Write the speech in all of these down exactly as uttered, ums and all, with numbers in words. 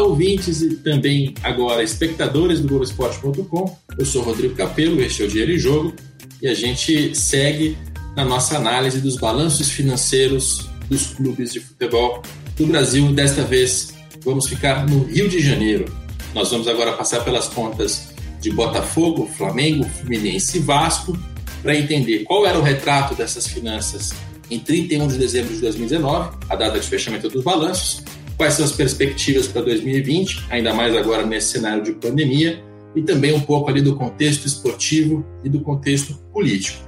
ouvintes e também agora espectadores do Globo Esporte ponto com. Eu sou Rodrigo Capello, este é o Dinheiro em Jogo e a gente segue na nossa análise dos balanços financeiros dos clubes de futebol do Brasil. Desta vez vamos ficar no Rio de Janeiro. Nós vamos agora passar pelas contas de Botafogo, Flamengo, Fluminense e Vasco para entender qual era o retrato dessas finanças em trinta e um de dezembro de dois mil e dezenove, a data de fechamento dos balanços, quais são as perspectivas para dois mil e vinte, ainda mais agora nesse cenário de pandemia, e também um pouco ali do contexto esportivo e do contexto político.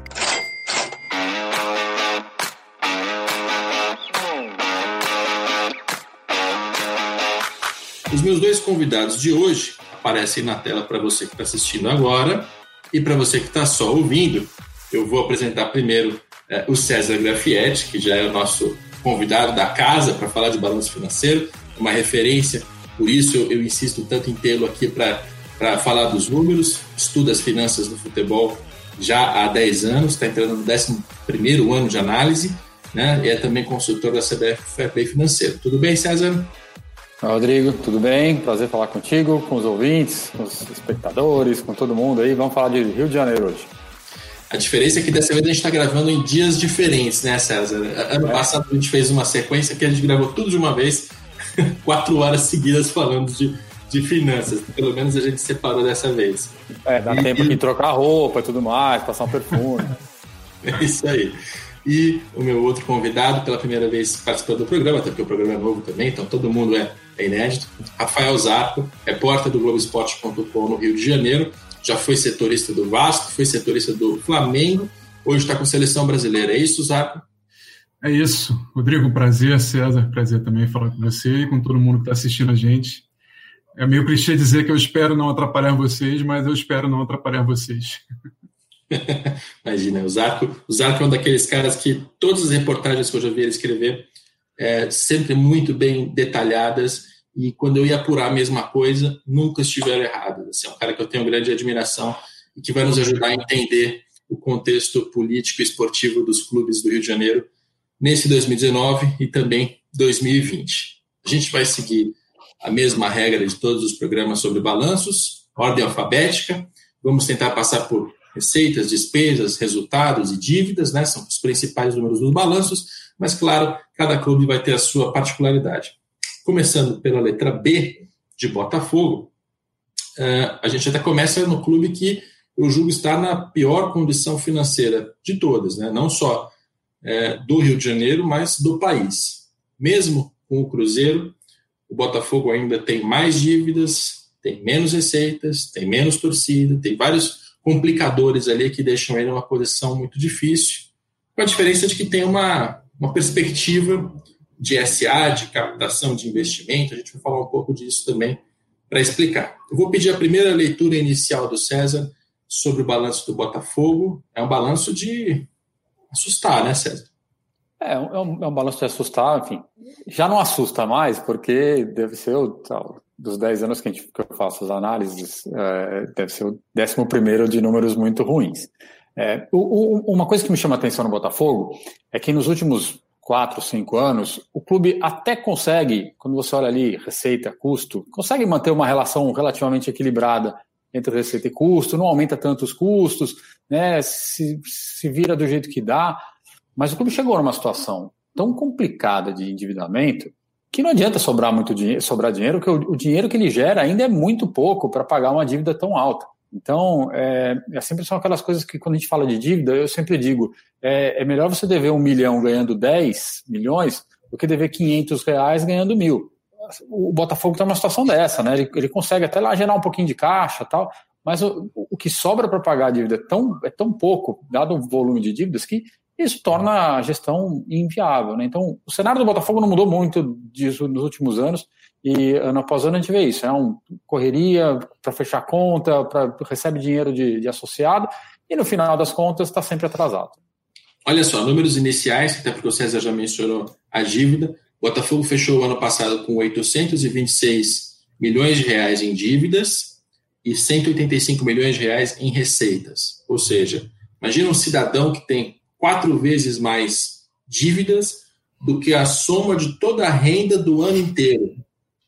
Os meus dois convidados de hoje aparecem na tela para você que está assistindo agora e para você que está só ouvindo. Eu vou apresentar primeiro é, o César Grafietti, que já é o nosso convidado da casa para falar de balanço financeiro, uma referência, por isso eu, eu insisto tanto em tê-lo aqui para falar dos números, estuda as finanças do futebol já há dez anos, está entrando no décimo primeiro ano de análise, né, e é também consultor da C B F Fair Play Financeiro. Tudo bem, César? Rodrigo, tudo bem? Prazer falar contigo, com os ouvintes, com os espectadores, com todo mundo aí. Vamos falar de Rio de Janeiro hoje. A diferença é que dessa vez a gente está gravando em dias diferentes, né, César? Ano é. passado a gente fez uma sequência que a gente gravou tudo de uma vez, quatro horas seguidas falando de, de finanças. Pelo menos a gente separou dessa vez. É, dá e, tempo e... de trocar roupa e tudo mais, passar um perfume. É isso aí. E o meu outro convidado, pela primeira vez participando do programa, até porque o programa é novo também, então todo mundo é, é inédito, Rafael Zarco, repórter do Globo Esporte ponto com no Rio de Janeiro, já foi setorista do Vasco, foi setorista do Flamengo, hoje está com a seleção brasileira. É isso, Zarco? É isso. Rodrigo, prazer. César, prazer também falar com você e com todo mundo que está assistindo a gente. É meio clichê dizer que eu espero não atrapalhar vocês, mas eu espero não atrapalhar vocês. Imagina, o Zarco, o Zarco é um daqueles caras que todas as reportagens que eu já vi ele escrever é, sempre muito bem detalhadas, e quando eu ia apurar a mesma coisa, nunca estiveram erradas. Assim, é um cara que eu tenho grande admiração e que vai nos ajudar a entender o contexto político e esportivo dos clubes do Rio de Janeiro nesse dois mil e dezenove e também dois mil e vinte. A gente vai seguir a mesma regra de todos os programas sobre balanços, ordem alfabética, vamos tentar passar por receitas, despesas, resultados e dívidas, né? São os principais números dos balanços, mas, claro, cada clube vai ter a sua particularidade. Começando pela letra B de Botafogo, uh, a gente até começa no clube que eu julgo estar na pior condição financeira de todas, né? Não só uh, do Rio de Janeiro, mas do país. Mesmo com o Cruzeiro, o Botafogo ainda tem mais dívidas, tem menos receitas, tem menos torcida, tem vários complicadores ali que deixam ele numa posição muito difícil, com a diferença de que tem uma, uma perspectiva de S A, de captação de investimento. A gente vai falar um pouco disso também para explicar. Eu vou pedir a primeira leitura inicial do César sobre o balanço do Botafogo. É um balanço de assustar, né, César? É, é um, é um balanço de assustar, enfim. Já não assusta mais, porque deve ser o tal, dos dez anos que, a gente, que eu faço as análises, é, deve ser o décimo primeiro de números muito ruins. É, o, o, uma coisa que me chama a atenção no Botafogo é que nos últimos quatro, cinco anos, o clube até consegue, quando você olha ali receita, custo, consegue manter uma relação relativamente equilibrada entre receita e custo, não aumenta tanto os custos, né, se, se vira do jeito que dá, mas o clube chegou numa situação tão complicada de endividamento que não adianta sobrar muito dinheiro, sobrar dinheiro, porque o, o dinheiro que ele gera ainda é muito pouco para pagar uma dívida tão alta. Então, é, é sempre são aquelas coisas que quando a gente fala de dívida, eu sempre digo, é, é melhor você dever um milhão ganhando dez milhões do que dever quinhentos reais ganhando mil. O Botafogo está numa situação dessa, né? Ele, ele consegue até lá gerar um pouquinho de caixa e tal, mas o, o que sobra para pagar a dívida é tão, é tão pouco, dado o volume de dívidas, que isso torna a gestão inviável, né? Então, o cenário do Botafogo não mudou muito disso nos últimos anos, e ano após ano a gente vê isso, é uma correria para fechar conta, pra, recebe dinheiro de, de associado, e no final das contas está sempre atrasado. Olha só, números iniciais, até porque o César já mencionou a dívida, o Botafogo fechou o ano passado com oitocentos e vinte e seis milhões de reais em dívidas e cento e oitenta e cinco milhões de reais em receitas. Ou seja, imagina um cidadão que tem quatro vezes mais dívidas do que a soma de toda a renda do ano inteiro.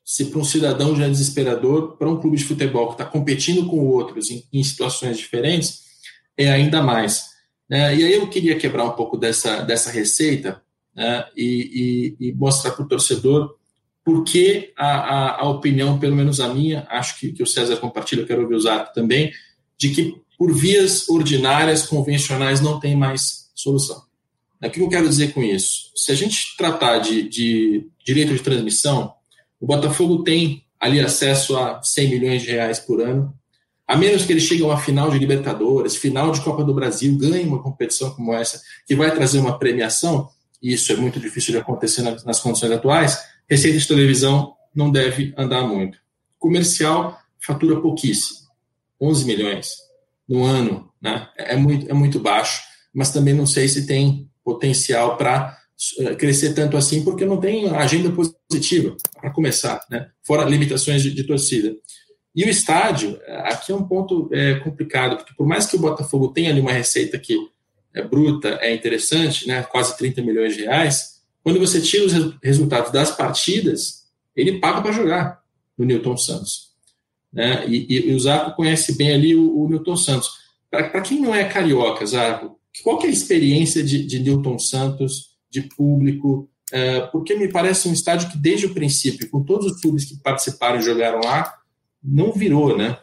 se para um cidadão já é desesperador, para um clube de futebol que está competindo com outros em, em situações diferentes, é ainda mais. Né? E aí eu queria quebrar um pouco dessa, dessa receita, né? e, e, e mostrar para o torcedor por que a, a, a opinião, pelo menos a minha, acho que, que o César compartilha, eu quero ouvir o Zarco também, de que por vias ordinárias, convencionais, não tem mais solução. O que eu quero dizer com isso? Se a gente tratar de, de direito de transmissão, o Botafogo tem ali acesso a cem milhões de reais por ano, a menos que eles cheguem a uma final de Libertadores, final de Copa do Brasil, ganhem uma competição como essa, que vai trazer uma premiação, e isso é muito difícil de acontecer nas, nas condições atuais, receita de televisão não deve andar muito. Comercial fatura pouquíssimo, onze milhões no ano, né? é, muito, é muito baixo, mas também não sei se tem potencial para crescer tanto assim, porque não tem agenda positiva, para começar, né? Fora limitações de, de torcida. E o estádio, aqui é um ponto é, complicado, porque por mais que o Botafogo tenha ali uma receita que é bruta, é interessante, né? Quase trinta milhões de reais, quando você tira os resultados das partidas, ele paga para jogar no Newton Santos. Né? E, e, e o Zarco conhece bem ali o, o Newton Santos. Para quem não é carioca, Zarco, qual que é a experiência de, de Newton Santos, de público? É, porque me parece um estádio que, desde o princípio, com todos os clubes que participaram e jogaram lá, não virou, né?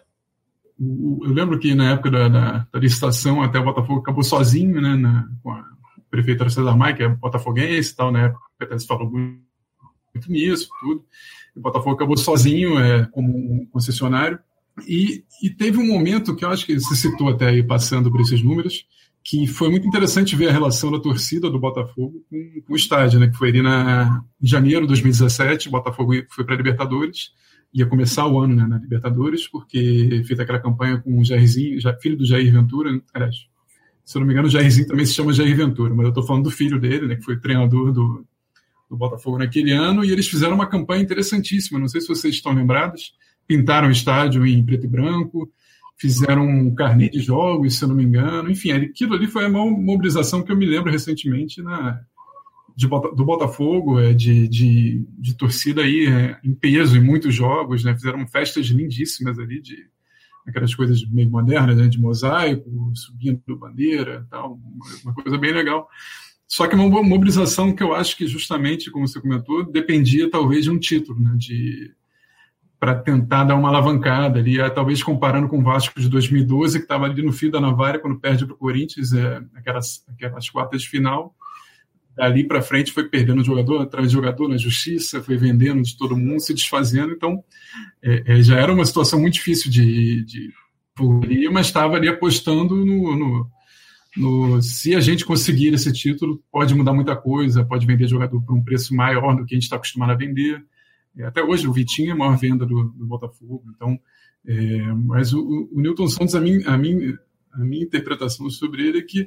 Eu lembro que na época da, da, da licitação, até o Botafogo acabou sozinho, né, na, com a prefeitura César Maia, que é botafoguense e tal, na época até se falou muito, muito nisso, tudo. O Botafogo acabou sozinho é, como um concessionário. E, e teve um momento que eu acho que você citou até aí, passando por esses números, que foi muito interessante ver a relação da torcida do Botafogo com, com o estádio, né? Que foi ali na, em janeiro de dois mil e dezessete, o Botafogo foi para a Libertadores, ia começar o ano, né, na Libertadores, porque fez aquela campanha com o Jairzinho, filho do Jair Ventura, aliás, se eu não me engano, o Jairzinho também se chama Jair Ventura, mas eu estou falando do filho dele, né, que foi treinador do, do Botafogo naquele ano, e eles fizeram uma campanha interessantíssima, não sei se vocês estão lembrados, pintaram o estádio em preto e branco, fizeram um carnê de jogos, se eu não me engano, enfim, aquilo ali foi a maior mobilização que eu me lembro recentemente na, de, do Botafogo, é, de, de, de torcida aí, é, em peso em muitos jogos, né, fizeram festas lindíssimas ali, de aquelas coisas meio modernas, né, de mosaico, subindo bandeira, tal, uma coisa bem legal. Só que uma mobilização que eu acho que justamente, como você comentou, dependia talvez de um título, né, de... para tentar dar uma alavancada ali, talvez comparando com o Vasco de dois mil e doze, que estava ali no fio da navalha, quando perde para o Corinthians, é, aquelas, aquelas quartas de final. Dali para frente foi perdendo jogador atrás de jogador na justiça, foi vendendo de todo mundo, se desfazendo. Então, é, é, já era uma situação muito difícil de, de mas estava ali apostando no, no, no... Se a gente conseguir esse título, pode mudar muita coisa, pode vender jogador por um preço maior do que a gente está acostumado a vender. Até hoje, o Vitinho é a maior venda do, do Botafogo. Então, é, mas o, o Newton Santos, a minha, a, minha, a minha interpretação sobre ele é que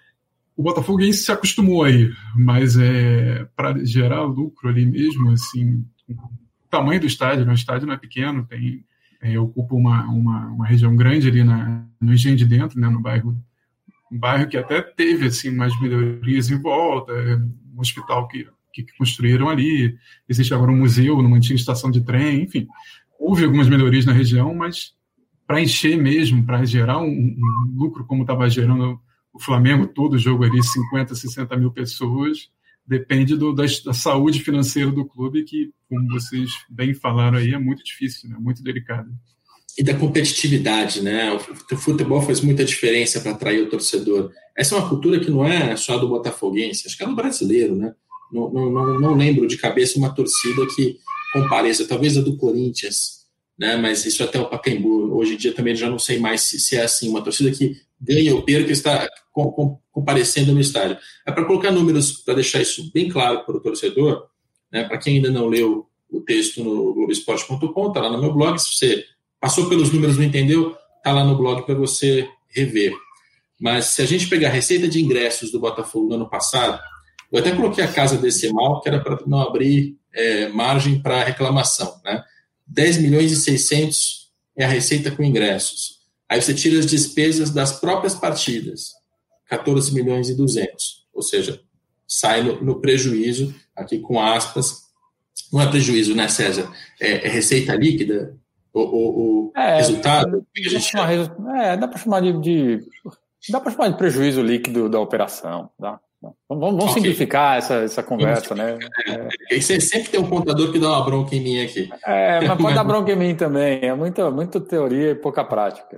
o Botafoguense se acostumou aí, mas é, para gerar lucro ali mesmo, assim, o tamanho do estádio, né? O estádio não é pequeno, tem, é, ocupa uma, uma, uma região grande ali na, no Engenho de Dentro, né? no bairro, um bairro que até teve assim, umas melhorias em volta, um hospital que que construíram ali, existe agora um museu numa antiga estação de trem, enfim, houve algumas melhorias na região, mas para encher mesmo, para gerar um, um lucro como estava gerando o Flamengo, todo o jogo ali, cinquenta, sessenta mil pessoas, depende do, da, da saúde financeira do clube, que, como vocês bem falaram aí, é muito difícil, né? Muito delicado. E da competitividade, né? O futebol faz muita diferença para atrair o torcedor. Essa é uma cultura que não é só do botafoguense, acho que é do brasileiro, né? Não, não, não lembro de cabeça uma torcida que compareça, talvez a do Corinthians, né? Mas isso até o Pacaembu. Hoje em dia também já não sei mais se, se é assim, uma torcida que ganha ou perca está com, com, comparecendo no estádio. É para colocar números, para deixar isso bem claro para o torcedor, né? Para quem ainda não leu o texto no globo esporte ponto com, está lá no meu blog. Se você passou pelos números e não entendeu, está lá no blog para você rever. Mas se a gente pegar a receita de ingressos do Botafogo no ano passado, eu até coloquei a casa decimal, que era para não abrir é, margem para reclamação, né? dez milhões e seiscentos é a receita com ingressos. Aí você tira as despesas das próprias partidas, quatorze milhões e duzentos. Ou seja, sai no, no prejuízo, aqui com aspas, Não é prejuízo, né, César? É, é receita líquida? O, o, o é, resultado? Dá chamar, é, dá para chamar de, de dá para chamar de prejuízo líquido da operação. Tá? Vamos, vamos okay. simplificar essa, essa conversa, né? É, é. Você sempre tem um contador que dá uma bronca em mim aqui. É, mas pode dar bronca em mim também. É muita, muita teoria e pouca prática.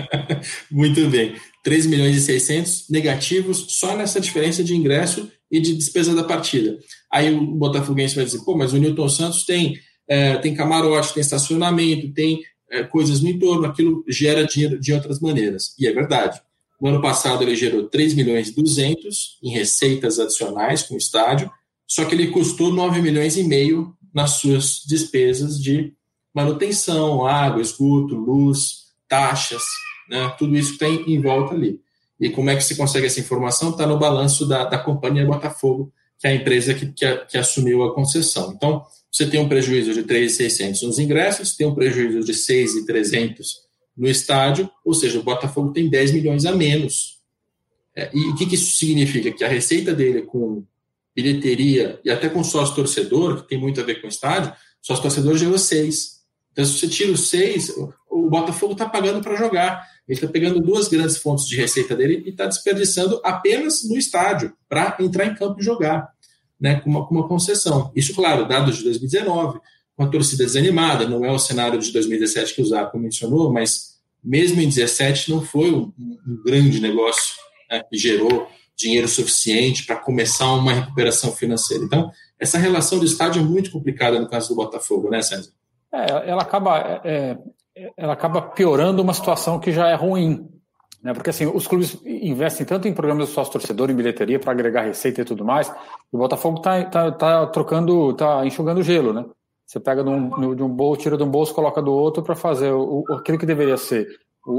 Muito bem. três milhões e seiscentos negativos só nessa diferença de ingresso e de despesa da partida. Aí o botafoguense vai dizer, pô, mas o Newton Santos tem, é, tem camarote, tem estacionamento, tem é, coisas no entorno, aquilo gera dinheiro de outras maneiras. E é verdade. No ano passado ele gerou três milhões e duzentos em receitas adicionais com o estádio, só que ele custou nove milhões e meio nas suas despesas de manutenção, água, esgoto, luz, taxas, né? Tudo isso tem em volta ali. E como é que se consegue essa informação? Está no balanço da, da companhia Botafogo, que é a empresa que, que, que assumiu a concessão. Então, você tem um prejuízo de três mil e seiscentos nos ingressos, tem um prejuízo de seis mil e trezentos no estádio, ou seja, o Botafogo tem dez milhões a menos. É, e o que, que isso significa? Que a receita dele com bilheteria e até com sócio-torcedor, que tem muito a ver com o estádio, sócio-torcedor gerou seis. Então, se você tira os seis, o Botafogo está pagando para jogar. Ele está pegando duas grandes fontes de receita dele e está desperdiçando apenas no estádio para entrar em campo e jogar, né, com, uma, com uma concessão. Isso, claro, dados de dois mil e dezenove, com a torcida desanimada, não é o cenário de dois mil e dezessete que o Zarco mencionou, mas mesmo em dezessete não foi um, um grande negócio, né, que gerou dinheiro suficiente para começar uma recuperação financeira. Então, essa relação do estádio é muito complicada no caso do Botafogo, né, César? É, ela acaba, é, ela acaba piorando uma situação que já é ruim, né? Porque assim, os clubes investem tanto em programas de sócio-torcedor, em bilheteria, para agregar receita e tudo mais, e o Botafogo está tá, tá trocando, está enxugando gelo, né? Você pega de um, de um bolso, tira de um bolso, coloca do outro para fazer o, aquilo que deveria ser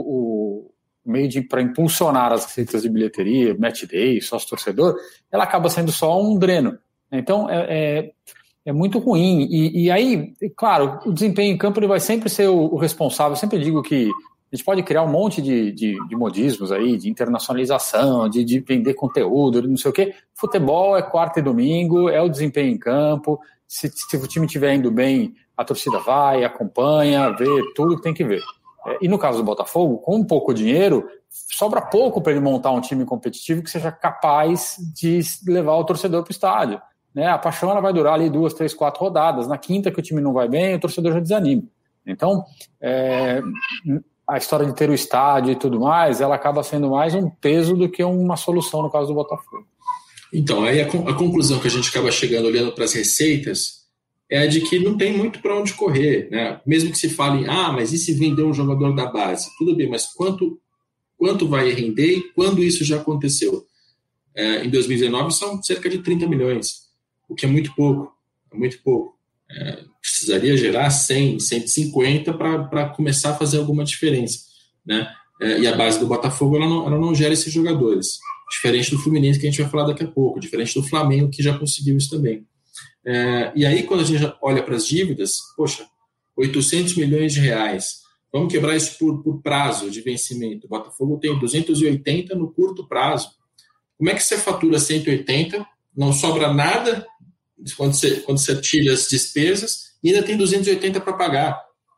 o, o meio de para impulsionar as receitas de bilheteria, match day, sócio-torcedor, ela acaba sendo só um dreno. Então, é, é, é muito ruim. E, e aí, claro, o desempenho em campo ele vai sempre ser o, o responsável. Eu sempre digo que a gente pode criar um monte de, de, de modismos aí, de internacionalização, de, de vender conteúdo, não sei o quê. Futebol é quarta e domingo, é o desempenho em campo. Se, se o time estiver indo bem, a torcida vai, acompanha, vê tudo que tem que ver. E no caso do Botafogo, com um pouco dinheiro, sobra pouco para ele montar um time competitivo que seja capaz de levar o torcedor para o estádio. Né? A paixão ela vai durar ali duas, três, quatro rodadas. Na quinta que o time não vai bem, o torcedor já desanima. Então, é, a história de ter o estádio e tudo mais, ela acaba sendo mais um peso do que uma solução no caso do Botafogo. Então, aí a, a conclusão que a gente acaba chegando olhando para as receitas é a de que não tem muito para onde correr, né? Mesmo que se fale, ah, mas e se vender um jogador da base? Tudo bem, mas quanto, quanto vai render e quando isso já aconteceu? É, em dois mil e dezenove são cerca de trinta milhões, o que é muito pouco, é muito pouco. É, precisaria gerar cem, cento e cinquenta para começar a fazer alguma diferença, né? É, e a base do Botafogo ela não, ela não gera esses jogadores, diferente do Fluminense que a gente vai falar daqui a pouco, diferente do Flamengo que já conseguiu isso também. É, e aí quando a gente olha para as dívidas, poxa, oitocentos milhões de reais, vamos quebrar isso por, por prazo de vencimento. O Botafogo tem duzentos e oitenta no curto prazo. Como é que você fatura cento e oitenta, não sobra nada quando você, quando você tira as despesas e ainda tem duzentos e oitenta para pagar?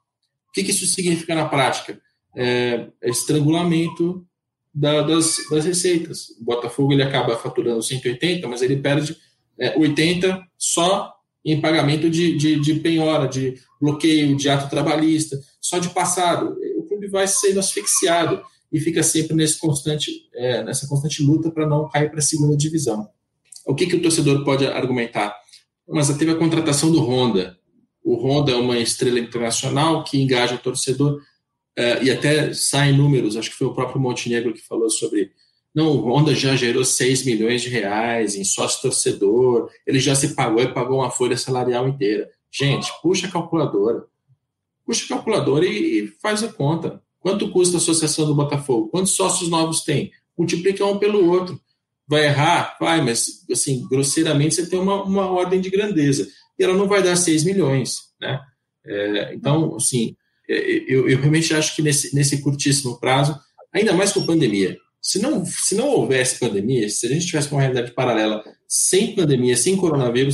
O que, que isso significa na prática? É, é estrangulamento da, das, das receitas. O Botafogo ele acaba faturando cento e oitenta, mas ele perde é, oitenta só em pagamento de, de, de penhora, de bloqueio, de ato trabalhista, só de passado. O clube vai sendo asfixiado e fica sempre nesse constante, é, nessa constante luta para não cair para a segunda divisão. O que, que o torcedor pode argumentar? Mas teve a contratação do Honda. O Honda é uma estrela internacional que engaja o torcedor é, e até saem números, acho que foi o próprio Montenegro que falou sobre... Não, o Honda já gerou seis milhões de reais em sócio-torcedor, ele já se pagou e pagou uma folha salarial inteira. Gente, puxa a calculadora. Puxa a calculadora e, e faz a conta. Quanto custa a associação do Botafogo? Quantos sócios novos tem? Multiplica um pelo outro. Vai errar? Vai, mas assim, grosseiramente você tem uma, uma ordem de grandeza. E ela não vai dar seis milhões. Né? É, então, assim, eu, eu realmente acho que nesse, nesse curtíssimo prazo, ainda mais com pandemia, Se não, se não houvesse pandemia, se a gente tivesse uma realidade paralela sem pandemia, sem coronavírus,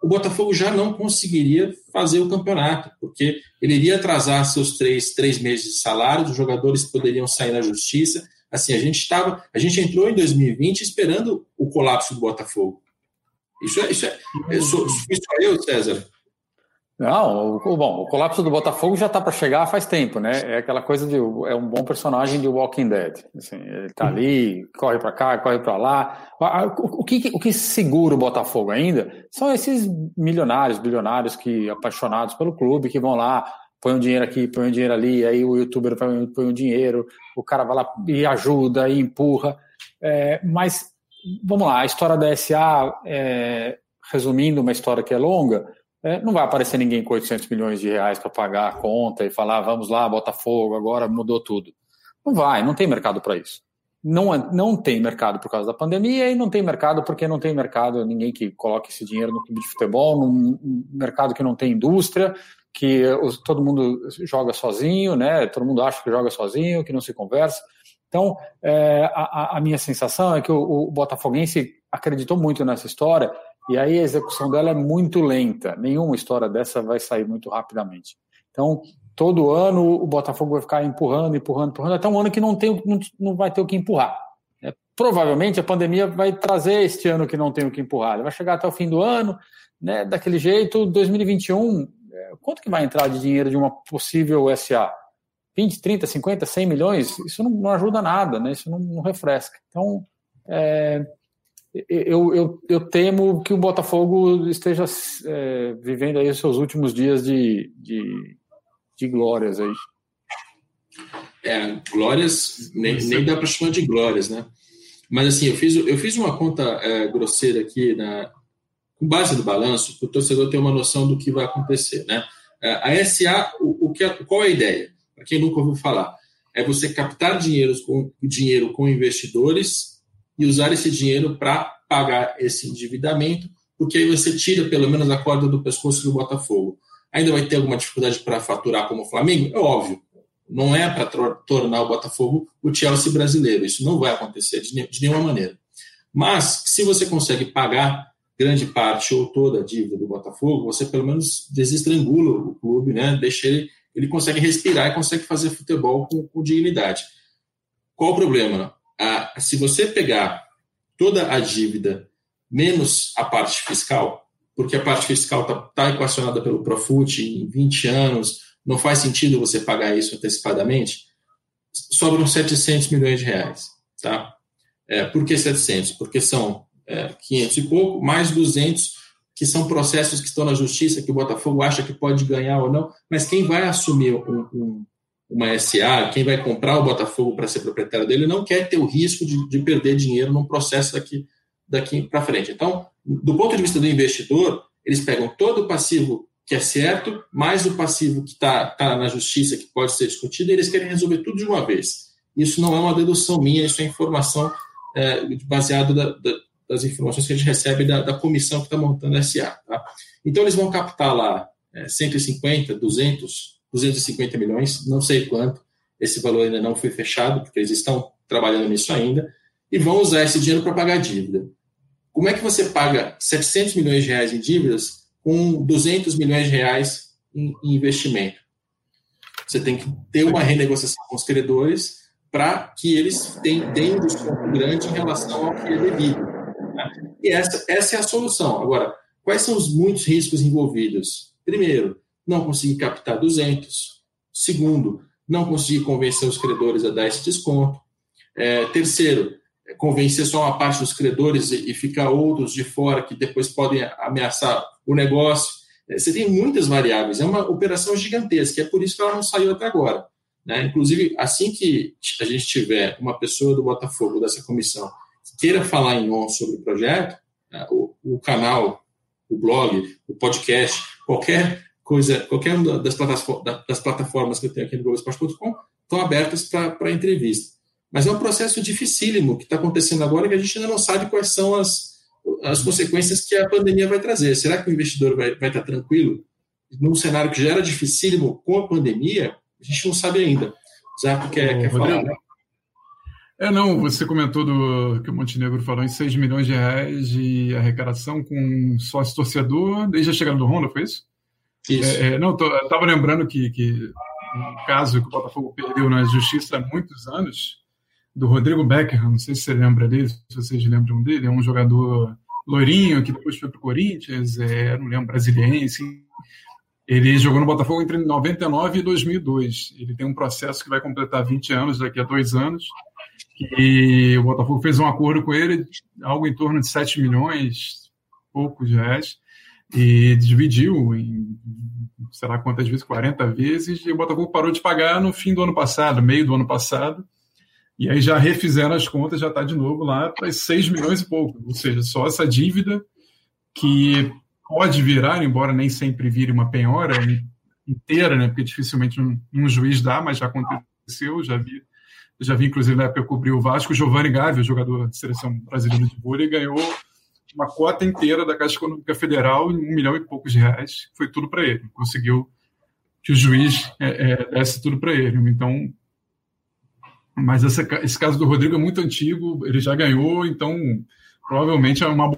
o Botafogo já não conseguiria fazer o campeonato, porque ele iria atrasar seus três, três meses de salário, os jogadores poderiam sair na justiça. Assim, a gente estava, a gente entrou em dois mil e vinte esperando o colapso do Botafogo. Isso é, isso é, é sou, sou eu, César? Não, o, bom, o colapso do Botafogo já está para chegar faz tempo, né? É aquela coisa de, é um bom personagem de Walking Dead. Assim, ele está ali, corre para cá, corre para lá. O, o, que, o que segura o Botafogo ainda são esses milionários, bilionários que apaixonados pelo clube, que vão lá, põe um dinheiro aqui, põe um dinheiro ali, aí o youtuber põe, põe um dinheiro, o cara vai lá e ajuda e empurra. É, mas, vamos lá, a história da S A, é, resumindo uma história que é longa, É, não vai aparecer ninguém com oitocentos milhões de reais para pagar a conta e falar, vamos lá, Botafogo, agora mudou tudo. Não vai, não tem mercado para isso. Não, não tem mercado por causa da pandemia e não tem mercado porque não tem mercado, ninguém que coloque esse dinheiro no clube de futebol, num mercado que não tem indústria, que os, todo mundo joga sozinho, né? Todo mundo acha que joga sozinho, que não se conversa. Então, é, a, a minha sensação é que o, o botafoguense acreditou muito nessa história. E aí a execução dela é muito lenta. Nenhuma história dessa vai sair muito rapidamente. Então, todo ano o Botafogo vai ficar empurrando, empurrando, empurrando, até um ano que não, tem, não, não vai ter o que empurrar. É, provavelmente a pandemia vai trazer este ano que não tem o que empurrar. Ele vai chegar até o fim do ano, né, daquele jeito, dois mil e vinte e um, é, quanto que vai entrar de dinheiro de uma possível S A? vinte, trinta, cinquenta, cem milhões? Isso não, não ajuda nada, né? Isso não, não refresca. Então, é... Eu, eu, eu temo que o Botafogo esteja é, vivendo aí os seus últimos dias de, de, de glórias aí. É, glórias, nem, nem dá para chamar de glórias, né? Mas assim, eu fiz, eu fiz uma conta é, grosseira aqui, na, com base no balanço, para o torcedor ter uma noção do que vai acontecer, né? A S A, o, o que, qual é a ideia? Para quem nunca ouviu falar, é você captar dinheiro com, dinheiro com investidores e usar esse dinheiro para pagar esse endividamento, porque aí você tira pelo menos a corda do pescoço do Botafogo. Ainda vai ter alguma dificuldade para faturar como o Flamengo? É óbvio. Não é para tornar o Botafogo o Chelsea brasileiro. Isso não vai acontecer de, de nenhuma maneira. Mas, se você consegue pagar grande parte ou toda a dívida do Botafogo, você pelo menos desestrangula o clube, né? Deixa ele, ele consegue respirar e consegue fazer futebol com, com dignidade. Qual o problema? Ah, se você pegar toda a dívida menos a parte fiscal, porque a parte fiscal está tá equacionada pelo Profut em vinte anos, não faz sentido você pagar isso antecipadamente, sobram setecentos milhões de reais. Tá? É, por que setecentos? Porque são é, quinhentos e pouco, mais duzentos, que são processos que estão na justiça, que o Botafogo acha que pode ganhar ou não, mas quem vai assumir um, um uma S A, quem vai comprar o Botafogo para ser proprietário dele, não quer ter o risco de, de perder dinheiro num processo daqui, daqui para frente. Então, do ponto de vista do investidor, eles pegam todo o passivo que é certo, mais o passivo que está tá na justiça, que pode ser discutido, e eles querem resolver tudo de uma vez. Isso não é uma dedução minha, isso é informação é, baseada da, da, das informações que a gente recebe da, da comissão que está montando a S A. Tá? Então, eles vão captar lá é, cento e cinquenta, duzentos, duzentos e cinquenta milhões, não sei quanto, esse valor ainda não foi fechado, porque eles estão trabalhando nisso ainda, e vão usar esse dinheiro para pagar dívida. Como é que você paga setecentos milhões de reais em dívidas com duzentos milhões de reais em, em investimento? Você tem que ter uma renegociação com os credores para que eles tenham, tenham um desconto grande em relação ao que é devido. Né? E essa, essa é a solução. Agora, quais são os muitos riscos envolvidos? Primeiro, não conseguir captar duzentos. Segundo, não conseguir convencer os credores a dar esse desconto. É, terceiro, convencer só uma parte dos credores e, e ficar outros de fora que depois podem ameaçar o negócio. É, você tem muitas variáveis. É uma operação gigantesca, é por isso que ela não saiu até agora. Né? Inclusive, assim que a gente tiver uma pessoa do Botafogo, dessa comissão, que queira falar em on sobre o projeto, né, o, o canal, o blog, o podcast, qualquer coisa, qualquer uma das plataformas, das plataformas que eu tenho aqui no globo esporte ponto com estão abertas para entrevista. Mas é um processo dificílimo que está acontecendo agora que a gente ainda não sabe quais são as, as consequências que a pandemia vai trazer. Será que o investidor vai, vai estar tranquilo? Num cenário que já era dificílimo com a pandemia, a gente não sabe ainda. Já quer, quer falar, né? É, não, você comentou do, que o Montenegro falou em seis milhões de reais de arrecadação com sócio torcedor desde a chegada do Honda, foi isso? Isso. É, é, não, tô, eu estava lembrando que, que um caso que o Botafogo perdeu na justiça há muitos anos, do Rodrigo Beckham, não sei se você lembra dele, se vocês lembram dele, é um jogador loirinho que depois foi para o Corinthians, é, não lembro, brasiliense. Ele jogou no Botafogo entre noventa e nove e dois mil e dois. Ele tem um processo que vai completar vinte anos daqui a dois anos. E o Botafogo fez um acordo com ele, algo em torno de sete milhões, poucos reais, e dividiu em, sei lá quantas vezes, quarenta vezes, e o Botafogo parou de pagar no fim do ano passado, meio do ano passado, e aí já refizeram as contas, já está de novo lá para seis milhões e pouco, ou seja, só essa dívida que pode virar, embora nem sempre vire uma penhora inteira, né, porque dificilmente um, um juiz dá, mas já aconteceu, já vi já vi, inclusive, na época eu cobri o Vasco, o Giovanni Gávea, jogador de seleção brasileira de vôlei, ganhou uma cota inteira da Caixa Econômica Federal em um milhão e poucos de reais. Foi tudo para ele. Conseguiu que o juiz é, é, desse tudo para ele. Então, mas essa, esse caso do Rodrigo é muito antigo, ele já ganhou, então provavelmente é uma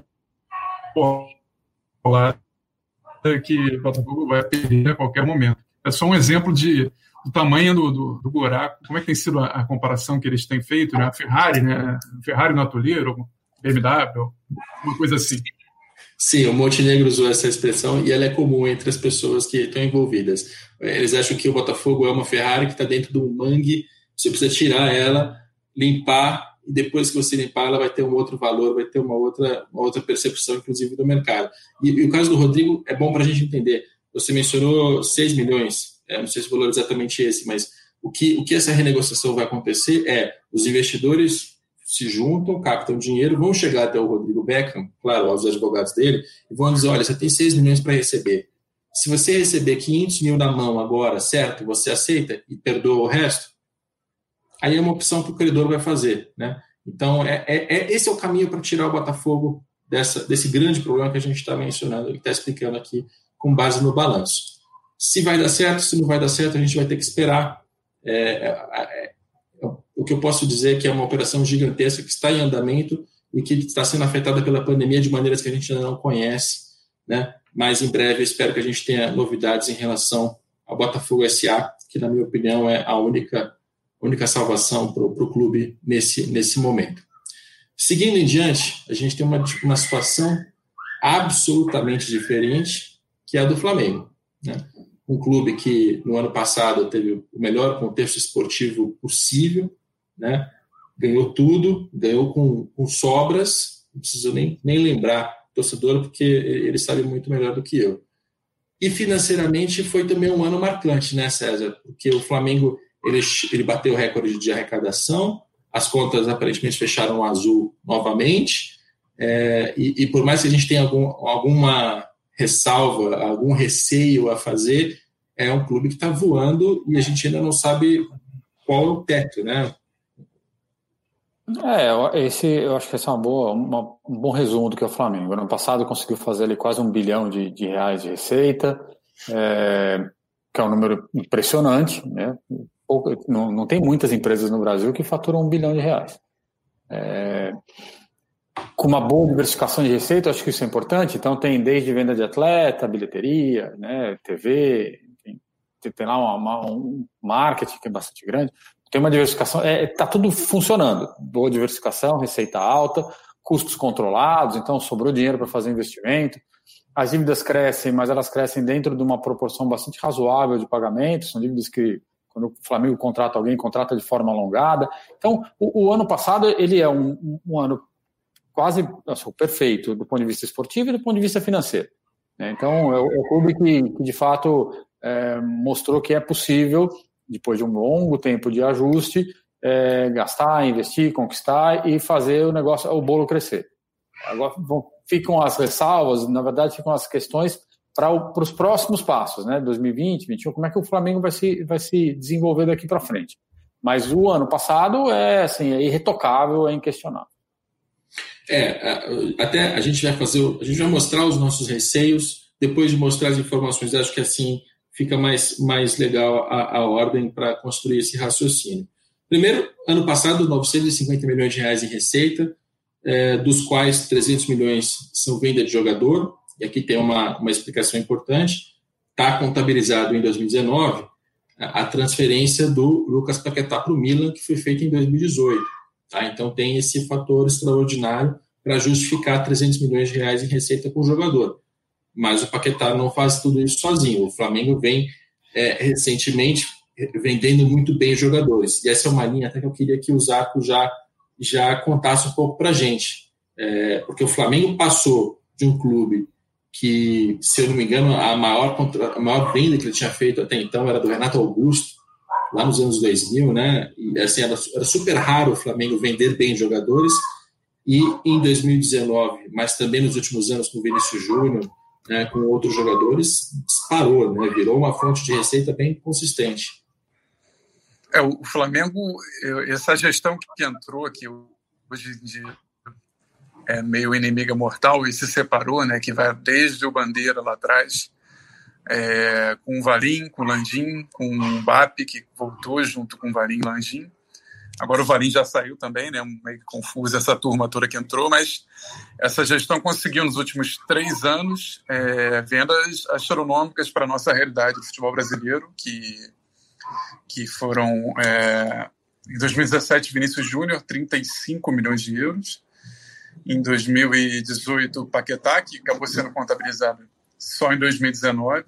bola que o Botafogo vai perder a qualquer momento. É só um exemplo de o tamanho do, do, do buraco, como é que tem sido a, a comparação que eles têm feito, né? A Ferrari, né? Ferrari no atoleiro, B M W, uma coisa assim. Sim, o Montenegro usou essa expressão e ela é comum entre as pessoas que estão envolvidas. Eles acham que o Botafogo é uma Ferrari que está dentro de um mangue, você precisa tirar ela, limpar, e depois que você limpar ela vai ter um outro valor, vai ter uma outra, uma outra percepção, inclusive, do mercado. E, e o caso do Rodrigo é bom para a gente entender. Você mencionou seis milhões, é, não sei se o valor é exatamente esse, mas o que, o que essa renegociação vai acontecer é os investidores se juntam, captam dinheiro, vão chegar até o Rodrigo Beckham, claro, aos advogados dele, e vão dizer, olha, você tem seis milhões para receber. Se você receber quinhentos mil na mão agora, certo, você aceita e perdoa o resto? Aí é uma opção que o credor vai fazer, né? Então, é, é, é, esse é o caminho para tirar o Botafogo dessa, desse grande problema que a gente está mencionando, que está explicando aqui, com base no balanço. Se vai dar certo, se não vai dar certo, a gente vai ter que esperar. É, é, é, o que eu posso dizer é que é uma operação gigantesca que está em andamento e que está sendo afetada pela pandemia de maneiras que a gente ainda não conhece, né? Mas em breve eu espero que a gente tenha novidades em relação ao Botafogo S A, que na minha opinião é a única, única salvação para o clube nesse, nesse momento. Seguindo em diante, a gente tem uma, uma situação absolutamente diferente, que é a do Flamengo, né? Um clube que no ano passado teve o melhor contexto esportivo possível, né? Ganhou tudo, ganhou com, com sobras, não preciso nem, nem lembrar o torcedor, porque ele sabe muito melhor do que eu. E financeiramente foi também um ano marcante, né, César? Porque o Flamengo ele, ele bateu o recorde de arrecadação, as contas aparentemente fecharam azul novamente, é, e, e por mais que a gente tenha algum, alguma ressalva, algum receio a fazer, é um clube que está voando e a gente ainda não sabe qual é o teto, né? É, esse, eu acho que esse é uma boa, uma, um bom resumo do que é o Flamengo. Ano passado conseguiu fazer ali quase um bilhão de, de reais de receita, é, que é um número impressionante, né? Não, não tem muitas empresas no Brasil que faturam um bilhão de reais. É, com uma boa diversificação de receita, acho que isso é importante. Então tem desde venda de atleta, bilheteria, né, T V, enfim, tem lá uma, uma, um marketing que é bastante grande. Tem uma diversificação, está é, tá tudo funcionando. Boa diversificação, receita alta, custos controlados, então sobrou dinheiro para fazer investimento. As dívidas crescem, mas elas crescem dentro de uma proporção bastante razoável de pagamentos. São dívidas que, quando o Flamengo contrata alguém, contrata de forma alongada. Então, o, o ano passado ele é um, um, um ano quase assim, perfeito do ponto de vista esportivo e do ponto de vista financeiro. Então, é o, é o clube que, que de fato, é, mostrou que é possível, depois de um longo tempo de ajuste, é, gastar, investir, conquistar e fazer o negócio, o bolo crescer. Agora vão, ficam as ressalvas, na verdade ficam as questões para os próximos passos, né? dois mil e vinte, dois mil e vinte e um, como é que o Flamengo vai se, vai se desenvolver daqui para frente. Mas o ano passado é, assim, é irretocável, é inquestionável. É, até a gente vai fazer, a gente vai mostrar os nossos receios, depois de mostrar as informações, acho que assim fica mais, mais legal a, a ordem para construir esse raciocínio. Primeiro, ano passado, novecentos e cinquenta milhões de reais em receita, é, dos quais trezentos milhões são venda de jogador, e aqui tem uma, uma explicação importante, está contabilizado em dois mil e dezenove a, a transferência do Lucas Paquetá para o Milan, que foi feita em dois mil e dezoito. Tá? Então tem esse fator extraordinário para justificar trezentos milhões de reais em receita por jogador. Mas o Paquetá não faz tudo isso sozinho. O Flamengo vem é, recentemente vendendo muito bem os jogadores. E essa é uma linha até que eu queria que o Zarco já, já contasse um pouco para a gente. É, porque o Flamengo passou de um clube que, se eu não me engano, a maior, a maior venda que ele tinha feito até então era do Renato Augusto, lá nos anos dois mil, né? E, assim, era, era super raro o Flamengo vender bem jogadores. E em dois mil e dezenove, mas também nos últimos anos com o Vinícius Júnior, né, com outros jogadores, disparou, né? Virou uma fonte de receita bem consistente. É, o Flamengo, essa gestão que entrou, que hoje em dia é meio inimiga mortal e se separou, né, que vai desde o Bandeira lá atrás, é, com o Valim, com o Landim, com o Mbappé, que voltou junto com o Valim e o Landim. Agora o Valim já saiu também, né, meio confuso essa turma toda que entrou, mas essa gestão conseguiu nos últimos três anos é, vendas astronômicas para a nossa realidade do futebol brasileiro, que, que foram, é, em dois mil e dezessete, Vinícius Júnior, trinta e cinco milhões de euros, em dois mil e dezoito, o Paquetá, que acabou sendo contabilizado só em dois mil e dezenove,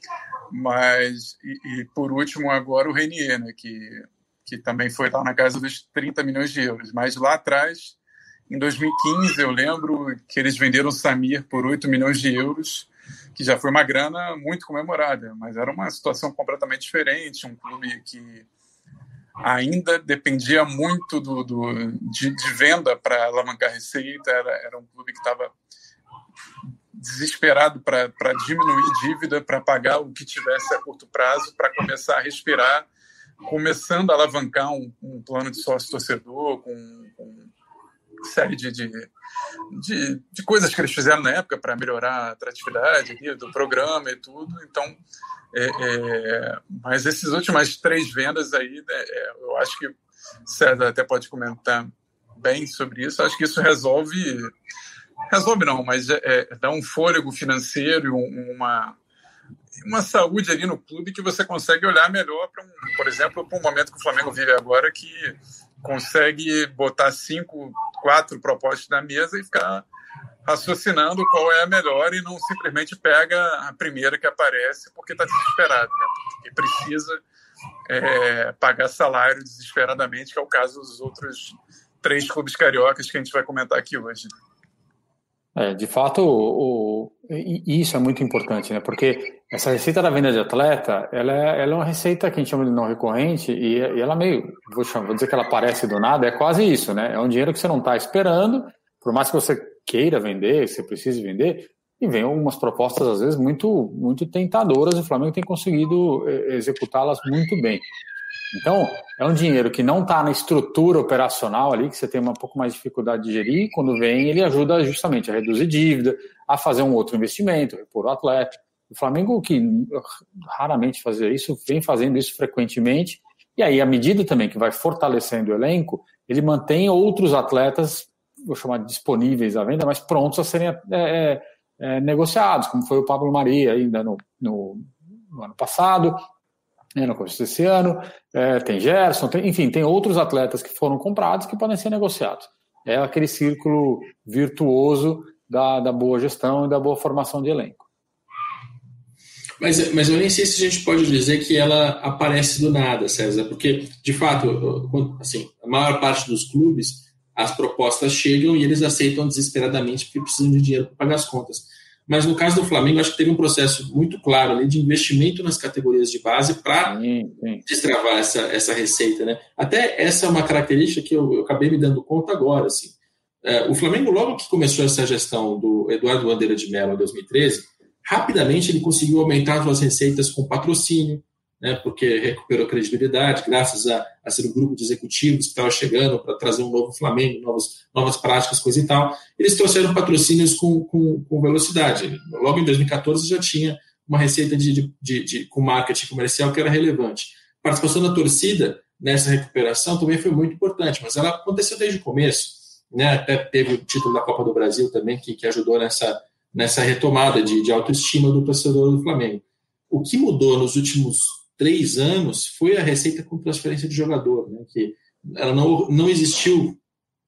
mas, e, e por último agora o Renier, né, que que também foi lá na casa dos trinta milhões de euros. Mas lá atrás, em dois mil e quinze, eu lembro que eles venderam o Samir por oito milhões de euros, que já foi uma grana muito comemorada, mas era uma situação completamente diferente, um clube que ainda dependia muito do, do, de, de venda para alavancar receita, era, era um clube que estava desesperado para diminuir dívida, para pagar o que tivesse a curto prazo, para começar a respirar, começando a alavancar um, um plano de sócio-torcedor com, com série de, de, de, de coisas que eles fizeram na época para melhorar a atratividade do programa e tudo. Então, é, é, mas essas últimas três vendas aí, é, eu acho que o César até pode comentar bem sobre isso. Acho que isso resolve, resolve não, mas é, é, dá um fôlego financeiro, uma uma saúde ali no clube que você consegue olhar melhor para, um, por exemplo, para um momento que o Flamengo vive agora, que consegue botar cinco, quatro propostas na mesa e ficar raciocinando qual é a melhor e não simplesmente pega a primeira que aparece porque está desesperado, né? Porque precisa é, pagar salário desesperadamente, que é o caso dos outros três clubes cariocas que a gente vai comentar aqui hoje. É, de fato, o, o, isso é muito importante, né? Porque essa receita da venda de atleta, ela é, ela é uma receita que a gente chama de não recorrente e, e ela meio, vou, chamar, vou dizer que ela aparece do nada, é quase isso, né? É um dinheiro que você não está esperando, por mais que você queira vender, você precise vender, e vem algumas propostas, às vezes, muito, muito tentadoras, e o Flamengo tem conseguido executá-las muito bem. Então, é um dinheiro que não está na estrutura operacional ali, que você tem um pouco mais de dificuldade de gerir, e quando vem ele ajuda justamente a reduzir dívida, a fazer um outro investimento, repor o atleta. O Flamengo, que raramente fazia isso, vem fazendo isso frequentemente, e aí, à medida também que vai fortalecendo o elenco, ele mantém outros atletas, vou chamar de disponíveis à venda, mas prontos a serem é, é, negociados, como foi o Pablo Maria ainda no, no, no ano passado, no começo desse ano, é, tem Gerson, tem, enfim, tem outros atletas que foram comprados que podem ser negociados. É aquele círculo virtuoso da, da boa gestão e da boa formação de elenco. Mas, mas eu nem sei se a gente pode dizer que ela aparece do nada, César, porque, de fato, assim, a maior parte dos clubes, as propostas chegam e eles aceitam desesperadamente porque precisam de dinheiro para pagar as contas. Mas no caso do Flamengo, acho que teve um processo muito claro ali de investimento nas categorias de base para destravar essa, essa receita, né? Até essa é uma característica que eu, eu acabei me dando conta agora. Assim. É, o Flamengo, logo que começou essa gestão do Eduardo Bandeira de Mello em dois mil e treze, rapidamente ele conseguiu aumentar suas receitas com patrocínio, né, porque recuperou credibilidade, graças a, a ser um grupo de executivos que estava chegando para trazer um novo Flamengo, novos, novas práticas, coisa e tal. Eles trouxeram patrocínios com, com, com velocidade. Logo em dois mil e catorze já tinha uma receita de, de, de, de, com marketing comercial que era relevante. Participação da torcida nessa recuperação também foi muito importante, mas ela aconteceu desde o começo, né? Até teve o título da Copa do Brasil também, que, que ajudou nessa, nessa retomada de, de autoestima do torcedor do Flamengo. O que mudou nos últimos três anos foi a receita com transferência de jogador, né? Que ela não, não existiu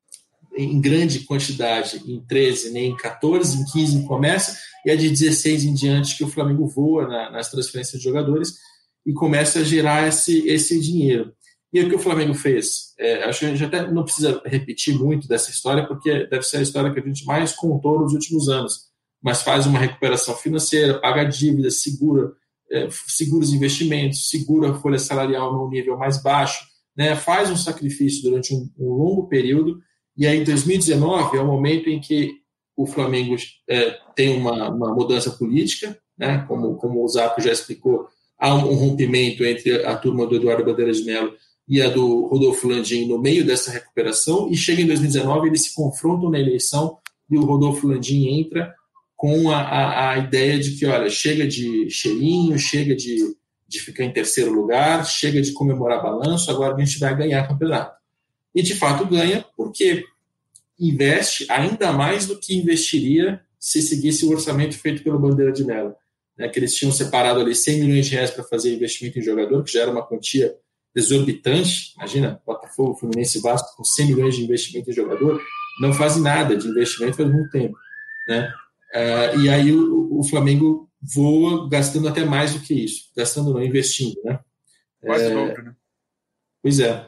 em grande quantidade em treze, nem em quatorze, em quinze começa, e é de dezesseis em diante que o Flamengo voa na, nas transferências de jogadores e começa a gerar esse, esse dinheiro. E o que o Flamengo fez? É, acho que a gente até não precisa repetir muito dessa história, porque deve ser a história que a gente mais contou nos últimos anos, mas faz uma recuperação financeira, paga dívidas, segura, é, segura os investimentos, segura a folha salarial num nível mais baixo, né, faz um sacrifício durante um, um longo período, e aí em dois mil e dezenove é o momento em que o Flamengo é, tem uma, uma mudança política, né, como, como o Zaco já explicou, há um, um rompimento entre a turma do Eduardo Bandeira de Mello e a do Rodolfo Landim no meio dessa recuperação, e chega em dois mil e dezenove, eles se confrontam na eleição e o Rodolfo Landim entra com a, a, a ideia de que, olha, chega de cheirinho, chega de, de ficar em terceiro lugar, chega de comemorar balanço, agora a gente vai ganhar campeonato. E, de fato, ganha porque investe ainda mais do que investiria se seguisse o orçamento feito pelo Bandeira de Mello, né, que eles tinham separado ali cem milhões de reais para fazer investimento em jogador, que já era uma quantia exorbitante. Imagina, Botafogo, Fluminense e Vasco com cem milhões de investimento em jogador, não fazem nada de investimento faz muito tempo, né? Uh, e aí o, o Flamengo voa gastando até mais do que isso, gastando não, investindo, né? Quase é, dobro, né? Pois é.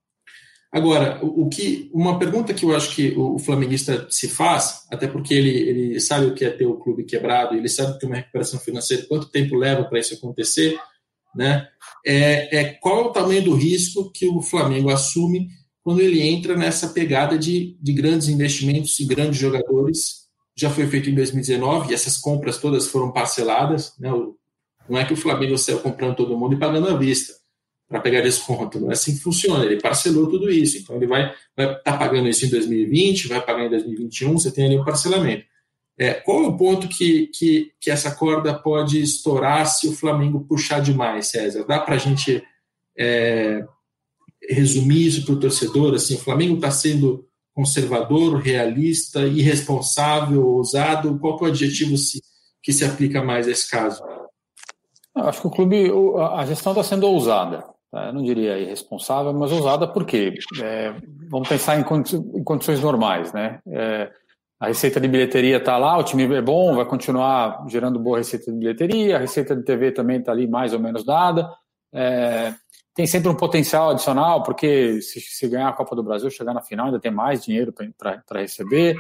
Agora, o, o que, uma pergunta que eu acho que o, o flamenguista se faz, até porque ele, ele sabe o que é ter o clube quebrado, ele sabe que uma recuperação financeira, quanto tempo leva para isso acontecer, né? É, é qual é o tamanho do risco que o Flamengo assume quando ele entra nessa pegada de, de grandes investimentos e grandes jogadores. Já foi feito em dois mil e dezenove e essas compras todas foram parceladas, né? Não é que o Flamengo saiu comprando todo mundo e pagando à vista para pegar desconto, não é assim que funciona, ele parcelou tudo isso, então ele vai estar tá pagando isso em dois mil e vinte, vai pagar em dois mil e vinte e um, você tem ali um parcelamento. É, qual é o ponto que, que, que essa corda pode estourar se o Flamengo puxar demais, César? Dá para a gente é, resumir isso para o torcedor? Assim, o Flamengo está sendo conservador, realista, irresponsável, ousado? Qual que é o adjetivo se, que se aplica mais a esse caso? Eu acho que o clube, a gestão está sendo ousada. Tá? Eu não diria irresponsável, mas ousada porque é, vamos pensar em, condi- em condições normais, né? É, a receita de bilheteria está lá, o time é bom, vai continuar gerando boa receita de bilheteria, a receita de T V também está ali mais ou menos dada. É, tem sempre um potencial adicional, porque se, se ganhar a Copa do Brasil, chegar na final, ainda tem mais dinheiro para receber.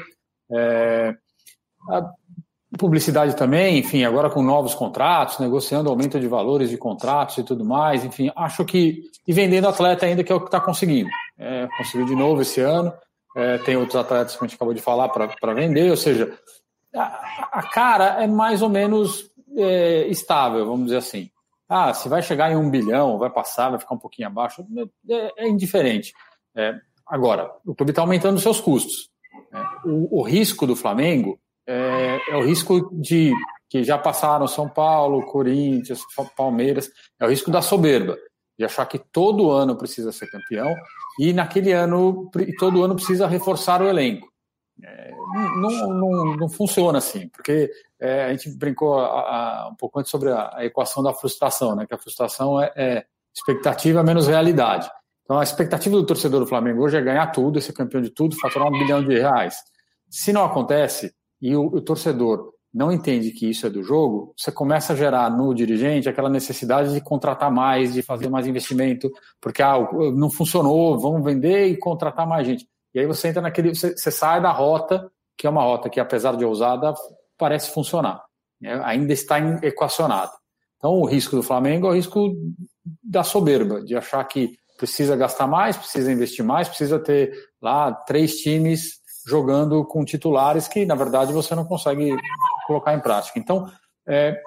É, a publicidade também, enfim, agora com novos contratos, negociando aumento de valores de contratos e tudo mais, enfim, acho que, e vendendo atleta ainda, que é o que está conseguindo. É, conseguiu de novo esse ano. É, tem outros atletas que a gente acabou de falar para vender, ou seja, a, a cara é mais ou menos é, estável, vamos dizer assim. Ah, se vai chegar em um bilhão, vai passar, vai ficar um pouquinho abaixo, é, é indiferente. É, agora, o clube está aumentando os seus custos. É, o, o risco do Flamengo é, é o risco de que já passaram São Paulo, Corinthians, Palmeiras, é o risco da soberba, de achar que todo ano precisa ser campeão e naquele ano, todo ano precisa reforçar o elenco. É, não, não, não funciona assim, porque é, a gente brincou a, a, um pouco antes sobre a, a equação da frustração, né? Que a frustração é, é expectativa menos realidade. Então a expectativa do torcedor do Flamengo hoje é ganhar tudo, ser campeão de tudo, faturar um bilhão de reais. Se não acontece e o, o torcedor não entende que isso é do jogo, você começa a gerar no dirigente aquela necessidade de contratar mais, de fazer mais investimento, porque ah, não funcionou, vamos vender e contratar mais gente. E aí você entra naquele, você, você sai da rota, que é uma rota que, apesar de ousada, parece funcionar, né? Ainda está equacionado. Então o risco do Flamengo é o risco da soberba, de achar que precisa gastar mais, precisa investir mais, precisa ter lá três times jogando com titulares que, na verdade, você não consegue colocar em prática. Então, é,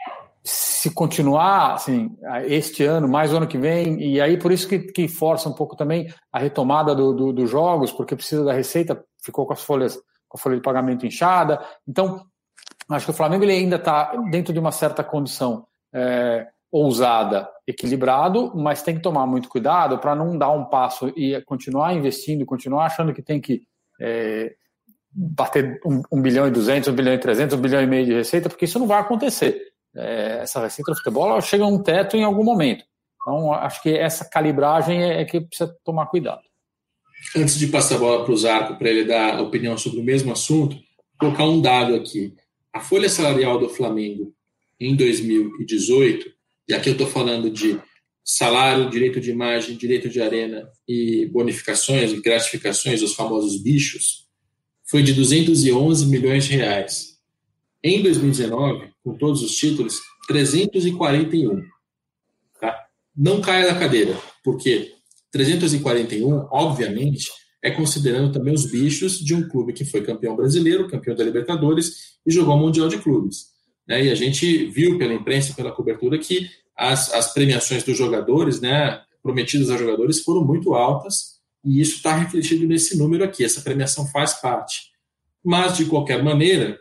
se continuar assim, este ano, mais o ano que vem, e aí por isso que, que força um pouco também a retomada do, do, dos jogos, porque precisa da receita, ficou com as folhas, com a folha de pagamento inchada. Então, acho que o Flamengo ele ainda está dentro de uma certa condição é, ousada, equilibrado, mas tem que tomar muito cuidado para não dar um passo e continuar investindo, continuar achando que tem que é, bater um, um bilhão e duzentos, um bilhão e trezentos, um bilhão e meio de receita, porque isso não vai acontecer. É, essa receita do futebol ela chega a um teto em algum momento. Então, acho que essa calibragem é, é que precisa tomar cuidado. Antes de passar a bola para o Zarco, para ele dar opinião sobre o mesmo assunto, vou colocar um dado aqui. A folha salarial do Flamengo em dois mil e dezoito, e aqui eu estou falando de salário, direito de imagem, direito de arena e bonificações e gratificações, os famosos bichos, foi de duzentos e onze milhões de reais. Em dois mil e dezenove, com todos os títulos, trezentos e quarenta e um. Tá? Não caia da cadeira, porque trezentos e quarenta e um, obviamente, é considerando também os bichos de um clube que foi campeão brasileiro, campeão da Libertadores e jogou o Mundial de Clubes. Né? E a gente viu pela imprensa, pela cobertura, que as, as premiações dos jogadores, né, prometidas aos jogadores, foram muito altas, e isso está refletido nesse número aqui. Essa premiação faz parte. Mas, de qualquer maneira,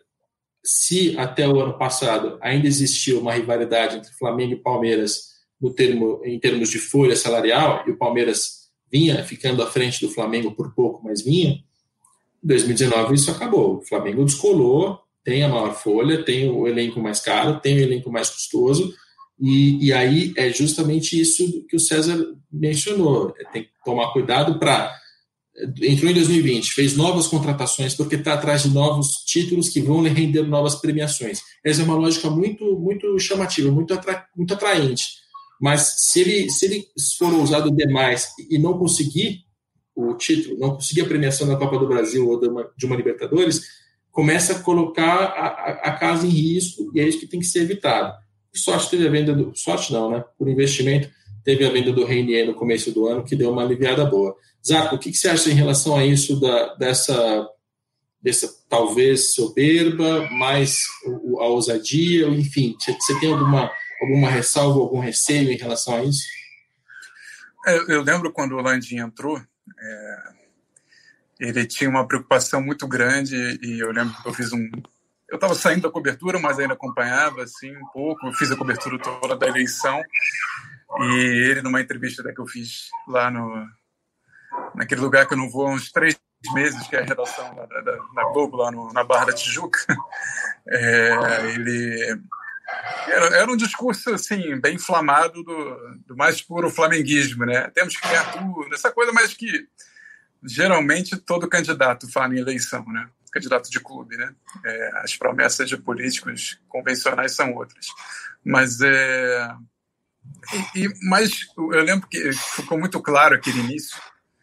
se até o ano passado ainda existia uma rivalidade entre Flamengo e Palmeiras no termo, em termos de folha salarial, e o Palmeiras vinha ficando à frente do Flamengo por pouco, mas vinha, em dois mil e dezenove isso acabou. O Flamengo descolou, tem a maior folha, tem o elenco mais caro, tem o elenco mais custoso, e, e aí é justamente isso que o César mencionou. Tem que tomar cuidado para... Entrou em dois mil e vinte, fez novas contratações porque está atrás de novos títulos que vão lhe render novas premiações. Essa é uma lógica muito, muito chamativa, muito, atra, muito atraente. Mas se ele, se ele for ousado demais e não conseguir o título, não conseguir a premiação da Copa do Brasil ou de uma, de uma Libertadores, começa a colocar a, a casa em risco, e é isso que tem que ser evitado. Por sorte teve a venda do... Sorte não, né? Por investimento, teve a venda do Reinier no começo do ano, que deu uma aliviada boa. Zarco, o que, que você acha em relação a isso, da, dessa, dessa talvez soberba, mais a ousadia, enfim, você tem alguma, alguma ressalva, algum receio em relação a isso? Eu, eu lembro quando o Landim entrou, é, ele tinha uma preocupação muito grande, e eu lembro que eu fiz um... Eu estava saindo da cobertura, mas ainda acompanhava assim, um pouco, eu fiz a cobertura toda da eleição, e ele, numa entrevista que eu fiz lá no... naquele lugar que eu não vou há uns três meses, que é a redação da, da, da Globo, lá no, na Barra da Tijuca, é, ele... Era, era um discurso, assim, bem inflamado do, do mais puro flamenguismo, né? Temos que ganhar tudo, essa coisa, mas que geralmente todo candidato fala em eleição, né? Candidato de clube, né? É, as promessas de políticos convencionais são outras. Mas, é... E, mas eu lembro que ficou muito claro aquele início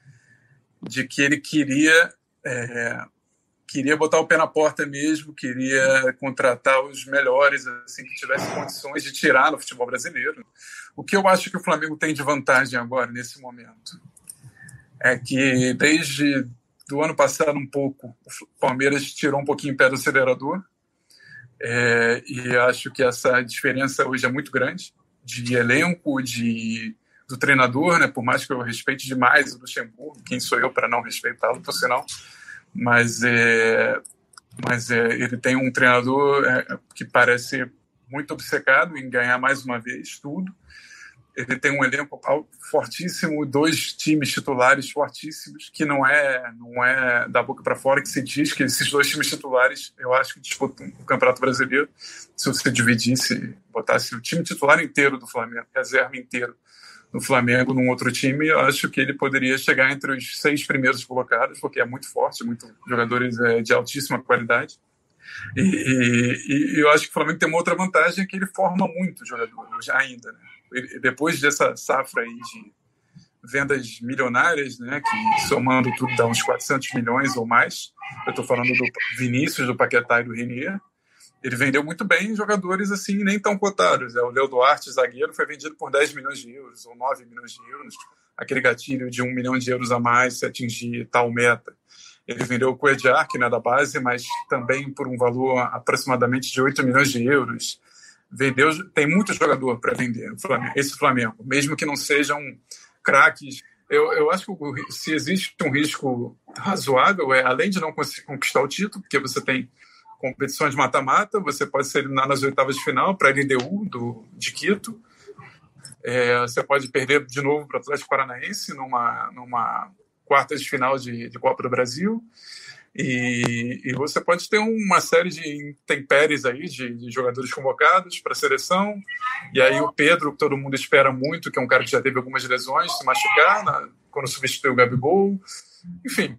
de que ele queria... É... queria botar o pé na porta mesmo, queria contratar os melhores, assim, que tivessem condições de tirar no futebol brasileiro. O que eu acho que o Flamengo tem de vantagem agora, nesse momento, é que desde do ano passado um pouco, o Palmeiras tirou um pouquinho o pé do acelerador, é, e acho que essa diferença hoje é muito grande, de elenco, de, do treinador, né? Por mais que eu respeite demais o Luxemburgo, quem sou eu para não respeitá-lo, por sinal, mas, é, mas é, ele tem um treinador é, que parece muito obcecado em ganhar mais uma vez tudo. Ele tem um elenco fortíssimo, dois times titulares fortíssimos, que não é, não é da boca para fora que se diz que esses dois times titulares, eu acho que disputam o Campeonato Brasileiro. Se você dividisse, botasse o time titular inteiro do Flamengo, reserva inteiro no Flamengo, num outro time, eu acho que ele poderia chegar entre os seis primeiros colocados, porque é muito forte, muitos jogadores é, de altíssima qualidade. E, e, e eu acho que o Flamengo tem uma outra vantagem, que ele forma muito jogadores ainda, né? Ele, depois dessa safra aí de vendas milionárias, né, que somando tudo dá uns quatrocentos milhões ou mais, eu estou falando do Vinícius, do Paquetá e do Reinier, ele vendeu muito bem jogadores assim, nem tão cotados. O Léo Duarte, zagueiro, foi vendido por dez milhões de euros ou nove milhões de euros. Aquele gatilho de um milhão de euros a mais se atingir tal meta. Ele vendeu o Coediar, que não é da base, mas também por um valor aproximadamente de oito milhões de euros. Vendeu, tem muito jogador para vender, esse Flamengo, mesmo que não sejam craques. Eu, eu acho que se existe um risco razoável, é além de não conseguir conquistar o título, porque você tem competições mata-mata, você pode ser eliminado nas oitavas de final para a L D U do, de Quito, É, você pode perder de novo para o Atlético Paranaense numa, numa quarta de final de, de Copa do Brasil. E, e você pode ter uma série de intempéries aí de, de jogadores convocados para a seleção, e aí o Pedro, que todo mundo espera muito, que é um cara que já teve algumas lesões, se machucar na, quando substituiu o Gabigol. Enfim,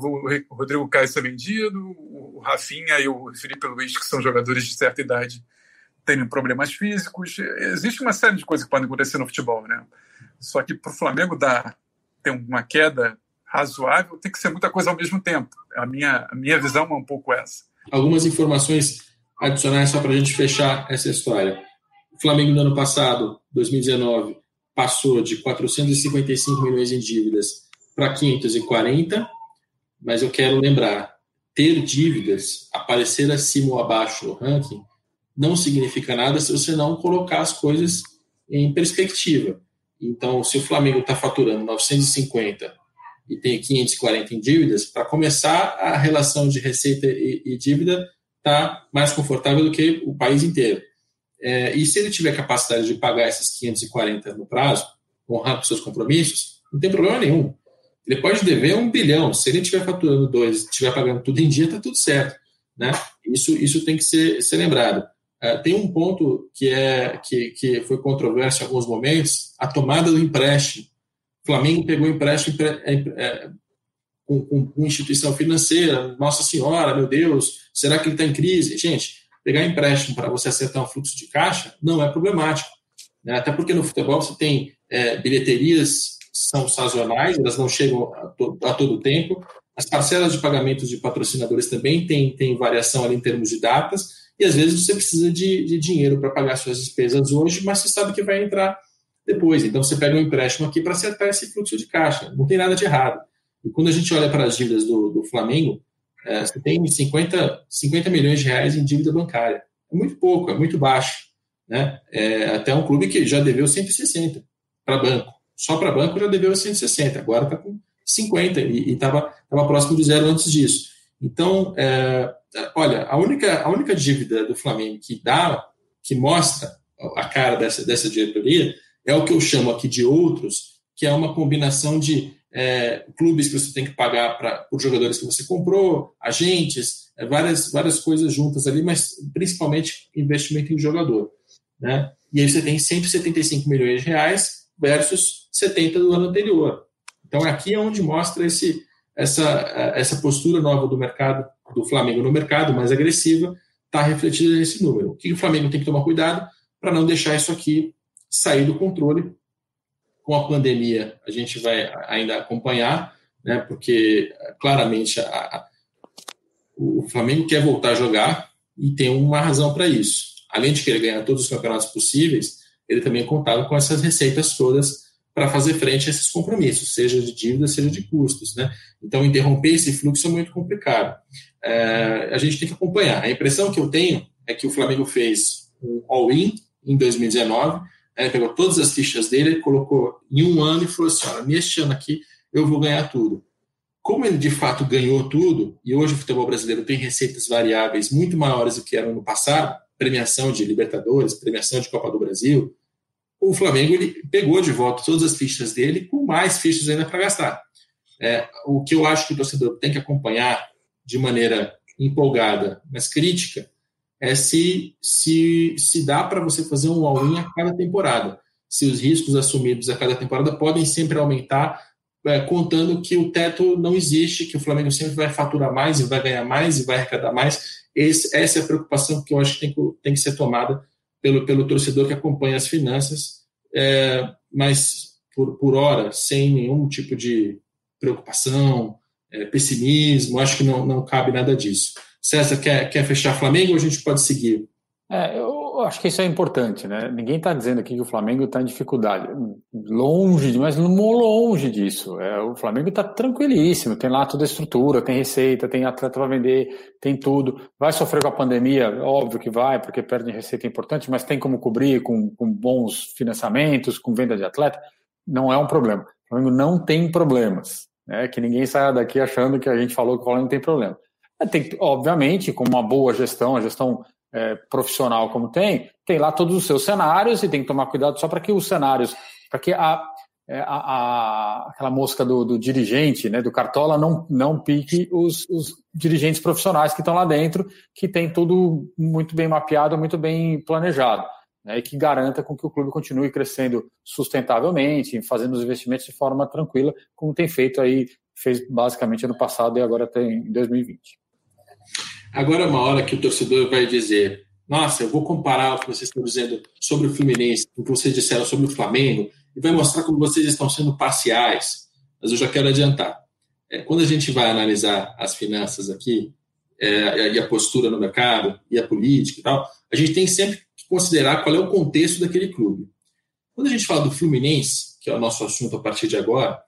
o Rodrigo Caio ser vendido, o Rafinha e o Felipe Luiz, que são jogadores de certa idade, terem problemas físicos. Existe uma série de coisas que podem acontecer no futebol, né? Só que para o Flamengo dar, ter uma queda razoável, tem que ser muita coisa ao mesmo tempo. A minha, a minha visão é um pouco essa. Algumas informações adicionais só para a gente fechar essa história. O Flamengo no ano passado, dois mil e dezenove, passou de quatrocentos e cinquenta e cinco milhões em dívidas para quinhentos e quarenta, mas eu quero lembrar, ter dívidas, aparecer acima ou abaixo no ranking, não significa nada se você não colocar as coisas em perspectiva. Então, se o Flamengo está faturando novecentos e cinquenta e tem quinhentos e quarenta em dívidas, para começar, a relação de receita e, e dívida está mais confortável do que o país inteiro. É, e se ele tiver capacidade de pagar esses quinhentos e quarenta no prazo, honrando seus compromissos, não tem problema nenhum. Ele pode dever um bilhão. Se ele estiver faturando dois, estiver pagando tudo em dia, está tudo certo, né? Isso, isso tem que ser, ser lembrado. É, tem um ponto que, é, que, que foi controverso em alguns momentos, a tomada do empréstimo. O Flamengo pegou empréstimo é, com, com, com instituição financeira. Nossa Senhora, meu Deus, será que ele está em crise? Gente, pegar empréstimo para você acertar um fluxo de caixa não é problemático, né? Até porque no futebol você tem é, bilheterias que são sazonais, elas não chegam a, to, a todo tempo. As parcelas de pagamentos de patrocinadores também têm tem variação ali em termos de datas, e às vezes você precisa de, de dinheiro para pagar suas despesas hoje, mas você sabe que vai entrar depois. Então você pega um empréstimo aqui para acertar esse fluxo de caixa. Não tem nada de errado. E quando a gente olha para as dívidas do, do Flamengo, é, você tem cinquenta, cinquenta milhões de reais em dívida bancária. É muito pouco, é muito baixo, né? É até um clube que já deveu cento e sessenta para banco. Só para banco já deveu cento e sessenta. Agora está com cinquenta e estava próximo de zero antes disso. Então, é, olha, a única, a única dívida do Flamengo que dá, que mostra a cara dessa, dessa diretoria, é o que eu chamo aqui de outros, que é uma combinação de é, clubes que você tem que pagar para os jogadores que você comprou, agentes, é, várias, várias coisas juntas ali, mas principalmente investimento em jogador, né? E aí você tem cento e setenta e cinco milhões de reais versus setenta do ano anterior. Então aqui é onde mostra esse, essa, essa postura nova do mercado, do Flamengo no mercado, mais agressiva, está refletida nesse número. O que o Flamengo tem que tomar cuidado para não deixar isso aqui sair do controle. Com a pandemia, a gente vai ainda acompanhar, né, porque claramente a, a, o Flamengo quer voltar a jogar e tem uma razão para isso. Além de querer ganhar todos os campeonatos possíveis, ele também contava com essas receitas todas para fazer frente a esses compromissos, seja de dívida, seja de custos, né? Então, interromper esse fluxo é muito complicado. É, a gente tem que acompanhar. A impressão que eu tenho é que o Flamengo fez um all-in em dois mil e dezenove, ele pegou todas as fichas dele, colocou em um ano e falou assim, olha, neste ano aqui eu vou ganhar tudo. Como ele de fato ganhou tudo, e hoje o futebol brasileiro tem receitas variáveis muito maiores do que eram no passado, premiação de Libertadores, premiação de Copa do Brasil, o Flamengo ele pegou de volta todas as fichas dele com mais fichas ainda para gastar. É, o que eu acho que o torcedor tem que acompanhar de maneira empolgada, mas crítica, é se, se, se dá para você fazer um all-in a cada temporada. Se os riscos assumidos a cada temporada podem sempre aumentar, é, contando que o teto não existe, que o Flamengo sempre vai faturar mais e vai ganhar mais e vai arrecadar mais. Esse, essa é a preocupação que eu acho que tem que, tem que ser tomada pelo, pelo torcedor que acompanha as finanças, é, mas por, por hora, sem nenhum tipo de preocupação, é, pessimismo, acho que não, não cabe nada disso. César, quer, quer fechar Flamengo ou a gente pode seguir? É, eu acho que isso é importante, né? Ninguém está dizendo aqui que o Flamengo está em dificuldade. Longe, mas longe disso. É, o Flamengo está tranquilíssimo, tem lá toda a estrutura, tem receita, tem atleta para vender, tem tudo. Vai sofrer com a pandemia? Óbvio que vai, porque perde receita importante, mas tem como cobrir com, com bons financiamentos, com venda de atleta. Não é um problema. O Flamengo não tem problemas. Né? Que ninguém saia daqui achando que a gente falou que o Flamengo não tem problema. Tem, obviamente, com uma boa gestão, a gestão é, profissional como tem, tem lá todos os seus cenários e tem que tomar cuidado só para que os cenários, para que a, a, a, aquela mosca do, do dirigente, né, do Cartola, não, não pique os, os dirigentes profissionais que estão lá dentro, que tem tudo muito bem mapeado, muito bem planejado, né, e que garanta com que o clube continue crescendo sustentavelmente, fazendo os investimentos de forma tranquila, como tem feito aí, fez basicamente ano passado e agora tem em dois mil e vinte. Agora é uma hora que o torcedor vai dizer, nossa, eu vou comparar o que vocês estão dizendo sobre o Fluminense, o que vocês disseram sobre o Flamengo, e vai mostrar como vocês estão sendo parciais. Mas eu já quero adiantar. É, quando a gente vai analisar as finanças aqui, é, e a postura no mercado, e a política e tal, a gente tem sempre que considerar qual é o contexto daquele clube. Quando a gente fala do Fluminense, que é o nosso assunto a partir de agora,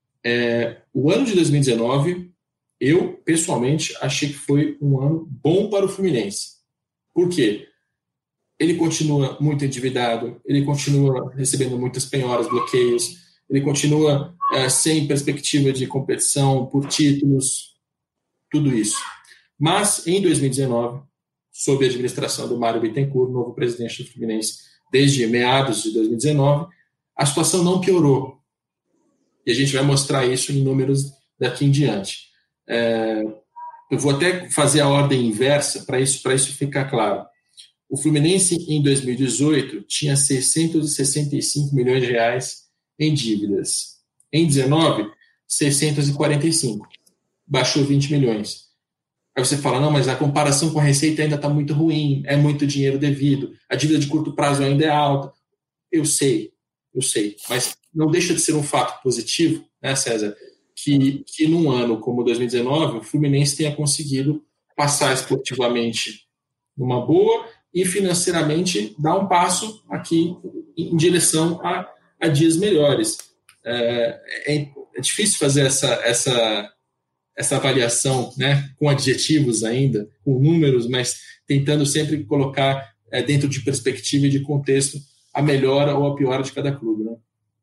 é, o ano de dois mil e dezenove, eu, pessoalmente, achei que foi um ano bom para o Fluminense. Por quê? Ele continua muito endividado, ele continua recebendo muitas penhoras, bloqueios, ele continua é, sem perspectiva de competição por títulos, tudo isso. Mas, em dois mil e dezenove, sob a administração do Mário Bittencourt, novo presidente do Fluminense, desde meados de dois mil e dezenove, a situação não piorou. E a gente vai mostrar isso em números daqui em diante. É, eu vou até fazer a ordem inversa para isso, para isso ficar claro. O Fluminense, em dois mil e dezoito, tinha seiscentos e sessenta e cinco milhões de reais em dívidas. Em dezenove, seiscentos e quarenta e cinco. Baixou vinte milhões. Aí você fala, não, mas a comparação com a receita ainda está muito ruim, é muito dinheiro devido, a dívida de curto prazo ainda é alta. Eu sei, eu sei, mas não deixa de ser um fato positivo, né, César, que, que num ano como dois mil e dezenove, o Fluminense tenha conseguido passar esportivamente numa boa e financeiramente dar um passo aqui em direção a, a dias melhores. É, é, é difícil fazer essa, essa, essa avaliação, né, com adjetivos ainda, com números, mas tentando sempre colocar é, dentro de perspectiva e de contexto a melhora ou a piora de cada clube, né?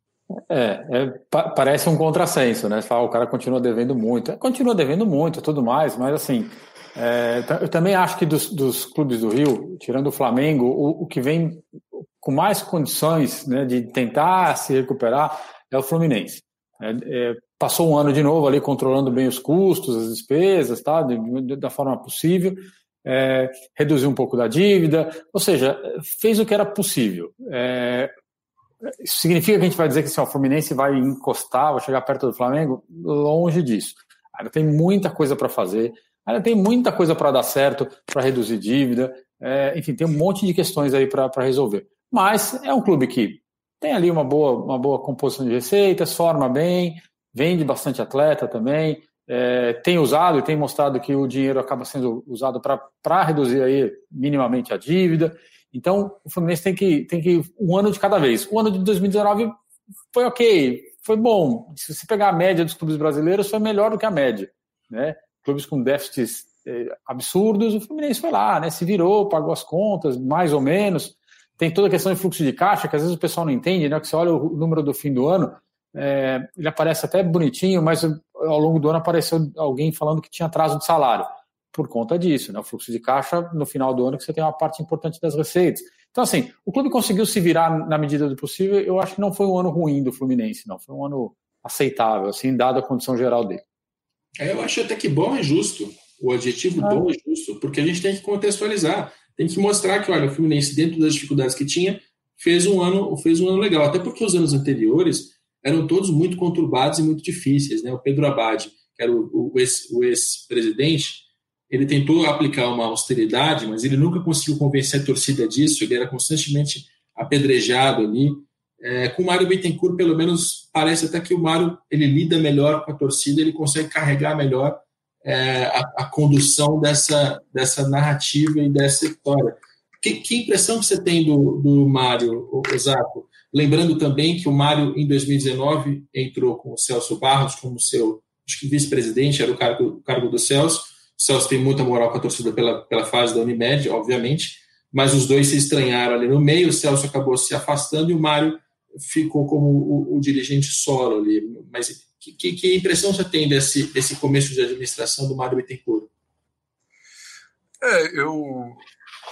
É, é pa- parece um contrassenso, né? Fala, o cara continua devendo muito, é, continua devendo muito, tudo mais, mas assim, é, t- eu também acho que dos, dos clubes do Rio, tirando o Flamengo, o, o que vem com mais condições, né, de tentar se recuperar é o Fluminense. É, é, passou um ano de novo ali controlando bem os custos, as despesas, tá, de, de, da forma possível, é, reduziu um pouco da dívida, ou seja, fez o que era possível. É, Isso significa que a gente vai dizer que assim, ó, o Fluminense vai encostar, vai chegar perto do Flamengo? Longe disso. Ainda tem muita coisa para fazer, ainda tem muita coisa para dar certo, para reduzir dívida, é, enfim, tem um monte de questões aí para resolver. Mas é um clube que tem ali uma boa, uma boa composição de receitas, forma bem, vende bastante atleta também, é, tem usado e tem mostrado que o dinheiro acaba sendo usado para reduzir aí minimamente a dívida. Então, o Fluminense tem que, tem que ir um ano de cada vez. O ano de dois mil e dezenove foi ok, foi bom. Se você pegar a média dos clubes brasileiros, foi melhor do que a média, né? Clubes com déficits eh, absurdos, o Fluminense foi lá, né? Se virou, pagou as contas, mais ou menos. Tem toda a questão de fluxo de caixa, que às vezes o pessoal não entende, né? Que você olha o número do fim do ano, é, ele aparece até bonitinho, mas ao longo do ano apareceu alguém falando que tinha atraso de salário. Por conta disso, né? O fluxo de caixa no final do ano que você tem uma parte importante das receitas. Então, assim, o clube conseguiu se virar na medida do possível. Eu acho que não foi um ano ruim do Fluminense, não. Foi um ano aceitável, assim, dada a condição geral dele. É, eu acho até que bom é justo. O adjetivo ah. bom é justo, porque a gente tem que contextualizar. Tem que mostrar que, olha, o Fluminense, dentro das dificuldades que tinha, fez um ano, fez um ano legal. Até porque os anos anteriores eram todos muito conturbados e muito difíceis, né? O Pedro Abad, que era o, o, ex, o ex-presidente, ele tentou aplicar uma austeridade, mas ele nunca conseguiu convencer a torcida disso, ele era constantemente apedrejado ali. É, com o Mário Bittencourt, pelo menos, parece até que o Mário ele lida melhor com a torcida, ele consegue carregar melhor é, a, a condução dessa, dessa narrativa e dessa história. Que, que impressão que você tem do, do Mário, Osako? Lembrando também que o Mário, em dois mil e dezenove, entrou com o Celso Barros como seu acho que vice-presidente, era o cargo, o cargo do Celso. O Celso tem muita moral com a torcida pela, pela fase da Unimed, obviamente, mas os dois se estranharam ali no meio, o Celso acabou se afastando e o Mário ficou como o, o dirigente solo ali. Mas que, que, que impressão você tem desse, desse começo de administração do Mário Bittencourt? É, eu,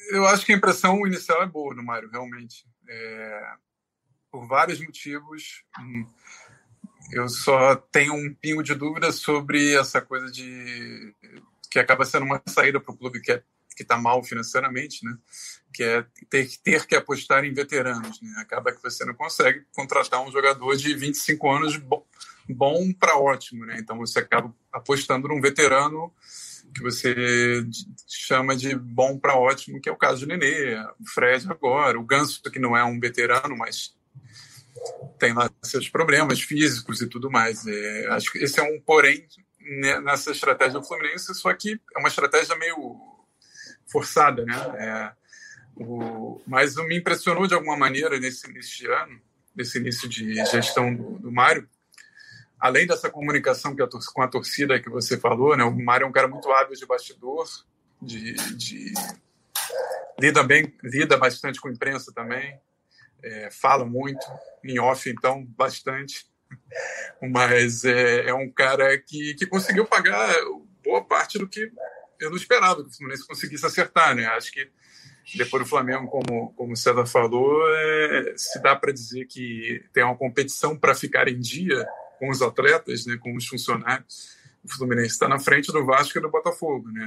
Eu acho que a impressão inicial é boa do Mário, realmente. É, por vários motivos. Eu só tenho um pingo de dúvida sobre essa coisa de que acaba sendo uma saída para o clube que é, que está mal financeiramente, né? Que é ter, ter que apostar em veteranos. Né? Acaba que você não consegue contratar um jogador de vinte e cinco anos bom, bom para ótimo. Né? Então você acaba apostando num veterano que você chama de bom para ótimo, que é o caso do Nenê, o Fred agora, o Ganso, que não é um veterano, mas tem lá seus problemas físicos e tudo mais. É, acho que esse é um porém, né, nessa estratégia do Fluminense, só que é uma estratégia meio forçada, né? É, o, mas me impressionou de alguma maneira nesse início de ano, nesse início de gestão do, do Mário, além dessa comunicação que a, com a torcida que você falou, né? O Mário é um cara muito hábil de bastidor, de, de lida bem, lida bastante com a imprensa também, é, fala muito, em off então bastante, mas é, é um cara que, que conseguiu pagar boa parte do que eu não esperava que o Fluminense conseguisse acertar, né? Acho que depois do Flamengo, como, como o César falou, é, se dá para dizer que tem uma competição para ficar em dia com os atletas, né, com os funcionários. O Fluminense está na frente do Vasco e do Botafogo, né?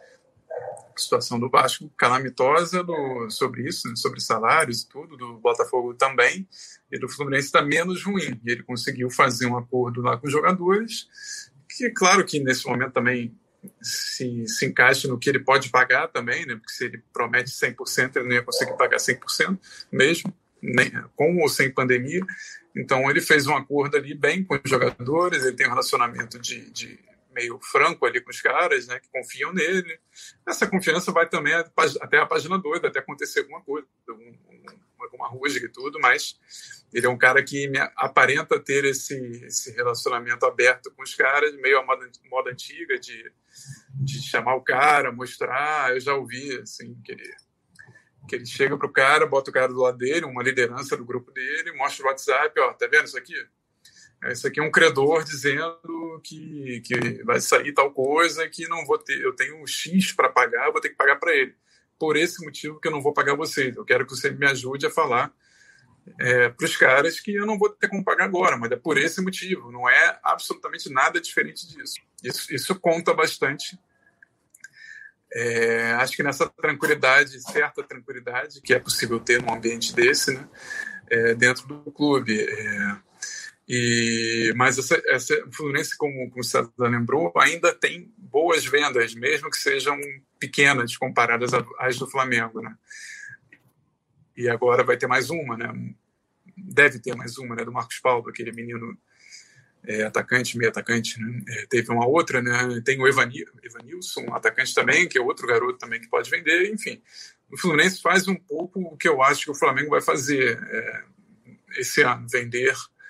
A situação do Vasco calamitosa do, sobre isso, né, sobre salários e tudo, do Botafogo também, e do Fluminense está menos ruim. E ele conseguiu fazer um acordo lá com os jogadores, que claro que nesse momento também se, se encaixa no que ele pode pagar também, né, porque se ele promete cem por cento, ele não ia conseguir pagar cem por cento mesmo, nem, com ou sem pandemia. Então ele fez um acordo ali bem com os jogadores, ele tem um relacionamento de, de meio franco ali com os caras, né, que confiam nele. Essa confiança vai também até a página dois, até acontecer alguma coisa, alguma rusga e tudo, mas ele é um cara que me aparenta ter esse, esse relacionamento aberto com os caras, meio a moda, moda antiga de, de chamar o cara, mostrar. Eu já ouvi assim, que ele que ele chega pro cara, bota o cara do lado dele, uma liderança do grupo dele, mostra o WhatsApp, ó, tá vendo isso aqui? Esse aqui é um credor dizendo que, que vai sair tal coisa, que não vou ter, eu tenho um X para pagar, vou ter que pagar para ele. Por esse motivo que eu não vou pagar vocês. Eu quero que você me ajude a falar é, para os caras que eu não vou ter como pagar agora, mas é por esse motivo. Não é absolutamente nada diferente disso. Isso, isso conta bastante. É, acho que nessa tranquilidade, certa tranquilidade, que é possível ter num ambiente desse, né, é, dentro do clube. É, e, mas essa, essa, o Fluminense, como, como o César lembrou, ainda tem boas vendas, mesmo que sejam pequenas comparadas às do Flamengo. Né? E agora vai ter mais uma, né? Deve ter mais uma, né, do Marcos Paulo, aquele menino É, atacante, meio atacante, né? É, teve uma outra, né? Tem o Evanil, Evanilson, atacante também, que é outro garoto também que pode vender, enfim. O Fluminense faz um pouco o que eu acho que o Flamengo vai fazer é, esse ano, vender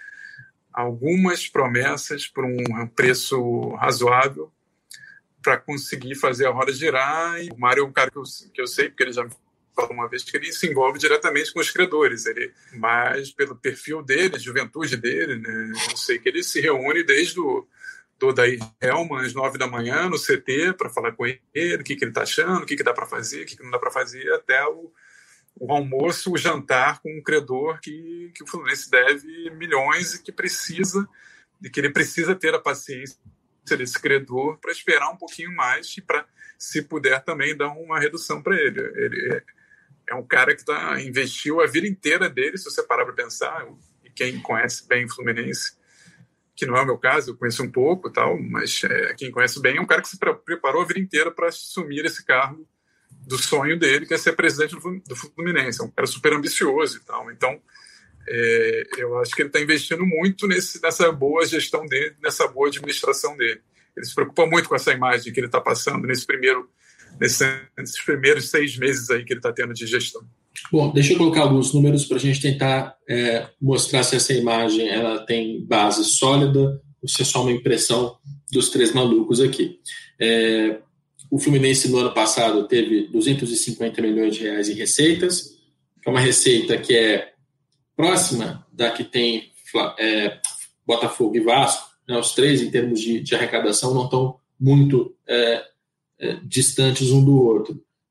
algumas promessas por um preço razoável para conseguir fazer a roda girar. E o Mário é um cara que eu, que eu sei, porque ele já me falou uma vez que ele se envolve diretamente com os credores, ele, mas pelo perfil dele, juventude dele, né, eu sei que ele se reúne desde o do Odair Helman às nove da manhã no C T para falar com ele, o que, que ele está achando, o que, que dá para fazer, o que, que não dá para fazer, até o, o almoço, o jantar com um credor que, que o Fluminense deve milhões e que precisa, e que ele precisa ter a paciência desse credor para esperar um pouquinho mais e para, se puder, também dar uma redução para ele. Ele é, é um cara que tá, investiu a vida inteira dele, se você parar para pensar, e quem conhece bem o Fluminense, que não é o meu caso, eu conheço um pouco, tal, mas é, quem conhece bem é um cara que se preparou a vida inteira para assumir esse cargo do sonho dele, que é ser presidente do Fluminense. É um cara super ambicioso e tal. Então, é, eu acho que ele está investindo muito nesse, nessa boa gestão dele, nessa boa administração dele. Ele se preocupa muito com essa imagem que ele está passando nesse primeiro, nesses primeiros seis meses aí que ele está tendo de gestão. Bom, deixa eu colocar alguns números para a gente tentar é, mostrar se essa imagem ela tem base sólida ou se é só uma impressão dos três malucos aqui. É, o Fluminense no ano passado teve duzentos e cinquenta milhões de reais em receitas, que é uma receita que é próxima da que tem é, Botafogo e Vasco, né? Os três, em termos de, de arrecadação, não estão muito é, é, distantes um do outro.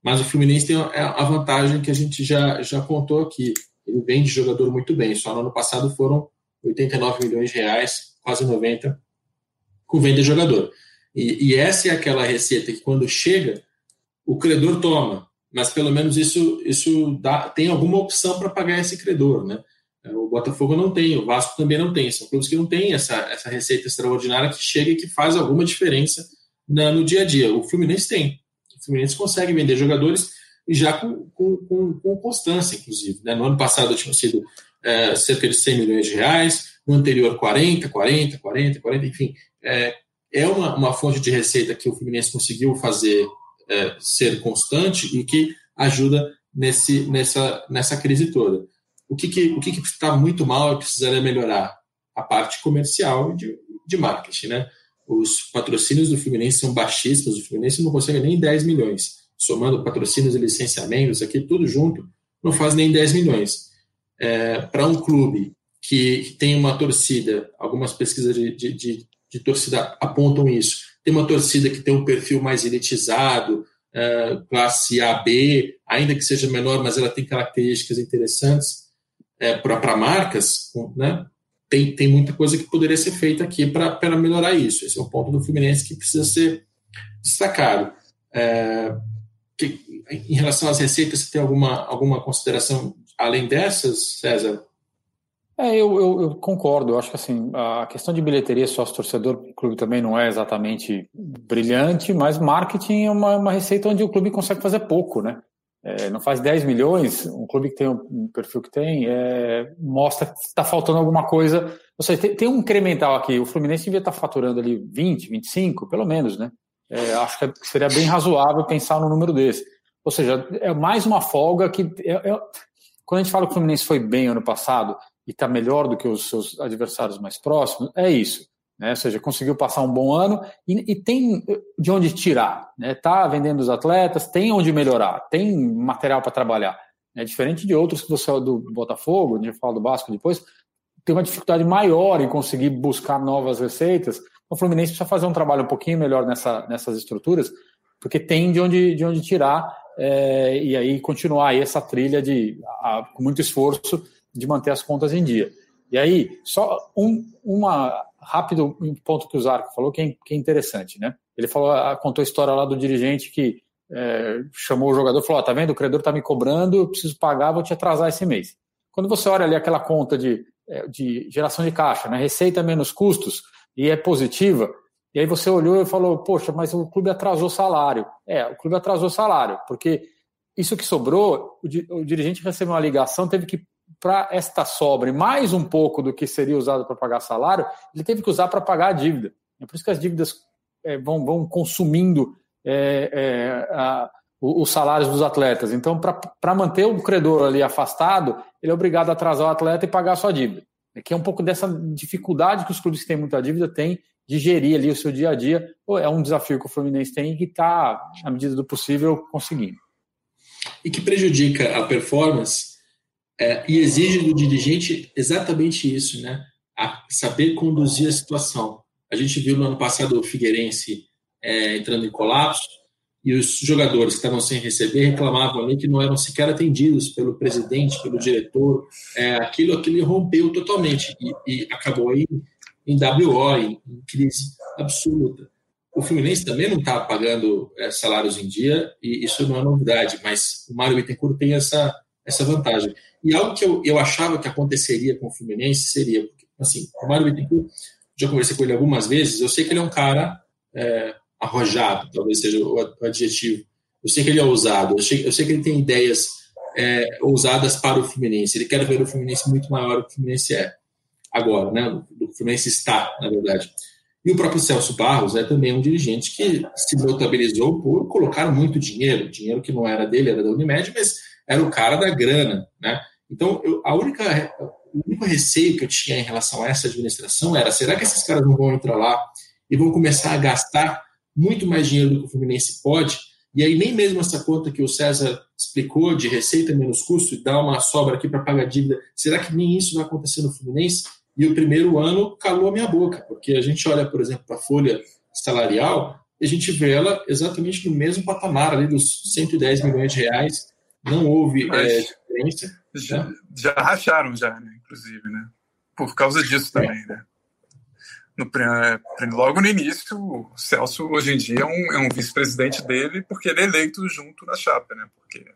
Mas o Fluminense tem a vantagem que a gente já, já contou aqui. Ele vende jogador muito bem. Só no ano passado foram oitenta e nove milhões de reais, quase noventa, com venda de jogador. E, e essa é aquela receita que, quando chega, o credor toma. Mas, pelo menos, isso, isso dá, tem alguma opção para pagar esse credor, né? O Botafogo não tem, o Vasco também não tem. São clubes que não têm essa, essa receita extraordinária que chega e que faz alguma diferença na, no dia a dia. O Fluminense tem. O Fluminense consegue vender jogadores e já com, com, com, com constância, inclusive. Né? No ano passado tinham sido é, cerca de cem milhões de reais, no anterior quarenta, quarenta, quarenta, quarenta, enfim. É, é uma, uma fonte de receita que o Fluminense conseguiu fazer é, ser constante e que ajuda nesse, nessa, nessa crise toda. O que que, o que que está muito mal e precisaria melhorar? A parte comercial de, de marketing, né? Os patrocínios do Fluminense são baixíssimos, o Fluminense não consegue nem dez milhões. Somando patrocínios e licenciamentos aqui, tudo junto, não faz nem dez milhões. É, para um clube que, que tem uma torcida, algumas pesquisas de, de, de, de torcida apontam isso, tem uma torcida que tem um perfil mais elitizado, é, classe A, B, ainda que seja menor, mas ela tem características interessantes, É, para marcas, né? tem, tem muita coisa que poderia ser feita aqui para melhorar isso. Esse é o ponto do Fluminense que precisa ser destacado. É, que, em relação às receitas, você tem alguma, alguma consideração além dessas, César? É, eu, eu, eu concordo. Eu acho que assim, a questão de bilheteria sócio-torcedor do clube também não é exatamente brilhante, mas marketing é uma, uma receita onde o clube consegue fazer pouco, né? É, não faz dez milhões, um clube que tem um perfil que tem, é, mostra que está faltando alguma coisa. Ou seja, tem, tem um incremental aqui. O Fluminense devia estar faturando ali vinte, vinte e cinco, pelo menos, né? É, acho que seria bem razoável pensar num número desse. Ou seja, é mais uma folga que... É, é, quando a gente fala que o Fluminense foi bem ano passado e está melhor do que os seus adversários mais próximos, é isso. Né? Ou seja, conseguiu passar um bom ano e, e tem de onde tirar. Está, né? Vendendo os atletas, tem onde melhorar, tem material para trabalhar. Né? Diferente de outros que você fala do Botafogo, a gente fala do Vasco depois, tem uma dificuldade maior em conseguir buscar novas receitas. O Fluminense precisa fazer um trabalho um pouquinho melhor nessa, nessas estruturas, porque tem de onde, de onde tirar é, e aí continuar aí essa trilha de, a, com muito esforço de manter as contas em dia. E aí, só um uma, rápido um ponto que o Zarco falou que é, que é interessante, né? Ele falou, contou a história lá do dirigente que é, chamou o jogador e falou, ó, tá vendo, o credor tá me cobrando, eu preciso pagar, vou te atrasar esse mês. Quando você olha ali aquela conta de, de geração de caixa, né? Receita menos custos, e é positiva, e aí você olhou e falou, poxa, mas o clube atrasou salário. É, o clube atrasou salário, porque isso que sobrou, o, di, o dirigente recebeu uma ligação, teve que, para esta sobra, mais um pouco do que seria usado para pagar salário, ele teve que usar para pagar a dívida. É por isso que as dívidas é, vão, vão consumindo é, é, a, os salários dos atletas. Então, para manter o credor ali afastado, ele é obrigado a atrasar o atleta e pagar a sua dívida. É que é um pouco dessa dificuldade que os clubes que têm muita dívida têm de gerir ali o seu dia a dia. É um desafio que o Fluminense tem e que está, na medida do possível, conseguindo. E que prejudica a performance é, e exige do dirigente exatamente isso, né? A saber conduzir a situação. A gente viu no ano passado o Figueirense é, entrando em colapso e os jogadores que estavam sem receber reclamavam ali que não eram sequer atendidos pelo presidente, pelo diretor. É, aquilo, aquilo rompeu totalmente e, e acabou aí em W O, em, em crise absoluta. O Fluminense também não está pagando é, salários em dia e isso não é novidade, mas o Mário Bittencourt tem essa, essa vantagem. E algo que eu, eu achava que aconteceria com o Fluminense seria, assim, o Mário Bittencourt, já conversei com ele algumas vezes, eu sei que ele é um cara é, arrojado, talvez seja o adjetivo. Eu sei que ele é ousado, eu sei, eu sei que ele tem ideias é, ousadas para o Fluminense. Ele quer ver o Fluminense muito maior do que o Fluminense é agora, né? O Fluminense está, na verdade. E o próprio Celso Barros é também um dirigente que se notabilizou por colocar muito dinheiro, dinheiro que não era dele, era da Unimed, mas era o cara da grana, né? Então, eu, a única, o único receio que eu tinha em relação a essa administração era, será que esses caras não vão entrar lá e vão começar a gastar muito mais dinheiro do que o Fluminense pode? E aí nem mesmo essa conta que o César explicou de receita menos custo e dar uma sobra aqui para pagar dívida, será que nem isso vai acontecer no Fluminense? E o primeiro ano calou a minha boca, porque a gente olha, por exemplo, para a folha salarial, a gente vê ela exatamente no mesmo patamar, ali dos cento e dez milhões de reais. Não houve é, diferença. Já, né? já racharam, já, né? Inclusive, né? Por causa disso também, é. né? No, logo no início, o Celso, hoje em dia, é um, é um vice-presidente dele, porque ele é eleito junto na chapa, né? Porque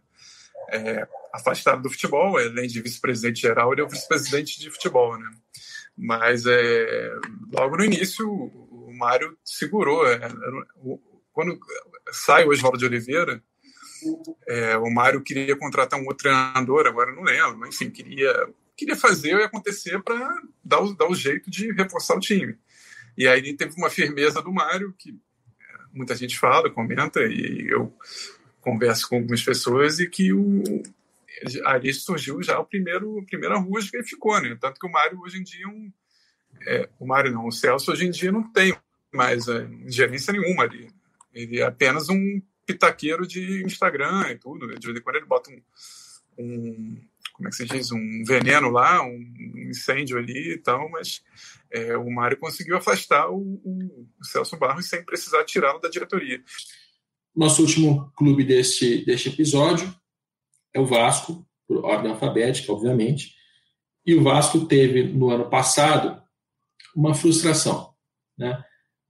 é afastado do futebol, além de vice-presidente geral, ele é o vice-presidente de futebol, né? Mas é, logo no início, o Mário segurou. É, quando sai o Oswaldo de Oliveira, é, o Mário queria contratar um outro treinador, agora não lembro, mas enfim, queria, queria fazer e acontecer para dar, dar o jeito de reforçar o time. E aí ele teve uma firmeza do Mário, que muita gente fala, comenta, e eu converso com algumas pessoas, e que o, ali surgiu já o primeiro, a primeira rusga e ficou, né? Tanto que o Mário hoje em dia, um, é, o Mário não, o Celso hoje em dia não tem mais é, gerência nenhuma ali. Ele é apenas um pitaqueiro de Instagram e tudo. De vez em quando ele bota um, um como é que se diz, um veneno lá, um incêndio ali e tal, mas é, o Mário conseguiu afastar o, o, o Celso Barros sem precisar tirá-lo da diretoria. Nosso último clube deste, deste episódio é o Vasco, por ordem alfabética, obviamente, e o Vasco teve, no ano passado, uma frustração, né?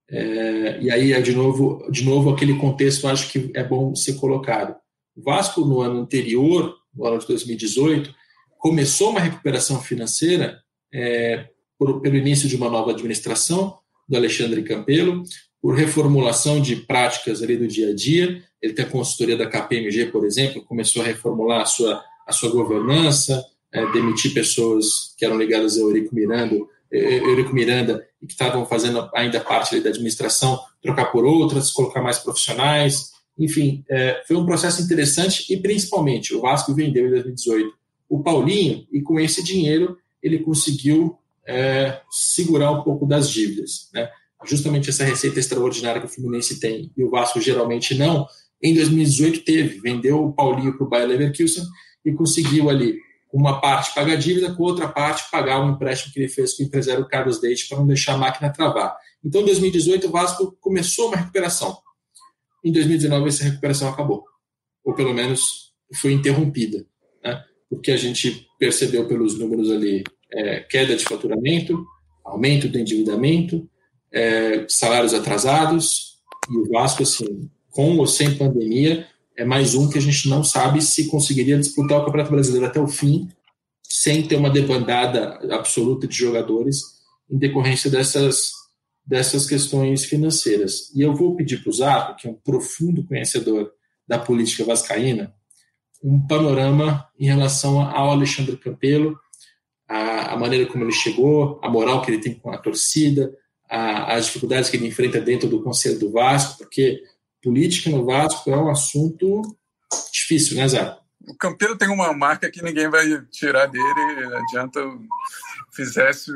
É, e aí é de novo, de novo aquele contexto, acho que é bom ser colocado. O Vasco, no ano anterior, no ano de dois mil e dezoito, começou uma recuperação financeira é, por, pelo início de uma nova administração do Alexandre Campelo, por reformulação de práticas ali do dia a dia. Ele tem a consultoria da K P M G, por exemplo, começou a reformular a sua, a sua governança, é, demitir pessoas que eram ligadas ao Eurico Miranda, Eurico Miranda e que estavam fazendo ainda parte ali da administração, trocar por outras, colocar mais profissionais. Enfim, é, foi um processo interessante e, principalmente, o Vasco vendeu em dois mil e dezoito o Paulinho e, com esse dinheiro, ele conseguiu é, segurar um pouco das dívidas, né? Justamente essa receita extraordinária que o Fluminense tem e o Vasco geralmente não. Em dois mil e dezoito teve, vendeu o Paulinho para o Bayer Leverkusen e conseguiu ali, com uma parte pagar a dívida, com outra parte pagar um empréstimo que ele fez com o empresário Carlos Leite para não deixar a máquina travar. Então, em dois mil e dezoito, o Vasco começou uma recuperação. Em dois mil e dezenove, essa recuperação acabou. Ou, pelo menos, foi interrompida, né? Porque a gente percebeu pelos números ali é, queda de faturamento, aumento do endividamento, é, salários atrasados, e o Vasco, assim, com ou sem pandemia, é mais um que a gente não sabe se conseguiria disputar o Campeonato Brasileiro até o fim, sem ter uma debandada absoluta de jogadores em decorrência dessas, dessas questões financeiras. E eu vou pedir para o Zaco, que é um profundo conhecedor da política vascaína, um panorama em relação ao Alexandre Campelo, a, a maneira como ele chegou, a moral que ele tem com a torcida, a, as dificuldades que ele enfrenta dentro do Conselho do Vasco, porque política no Vasco é um assunto difícil, né, Zé? O Campelo tem uma marca que ninguém vai tirar dele, não adianta fizesse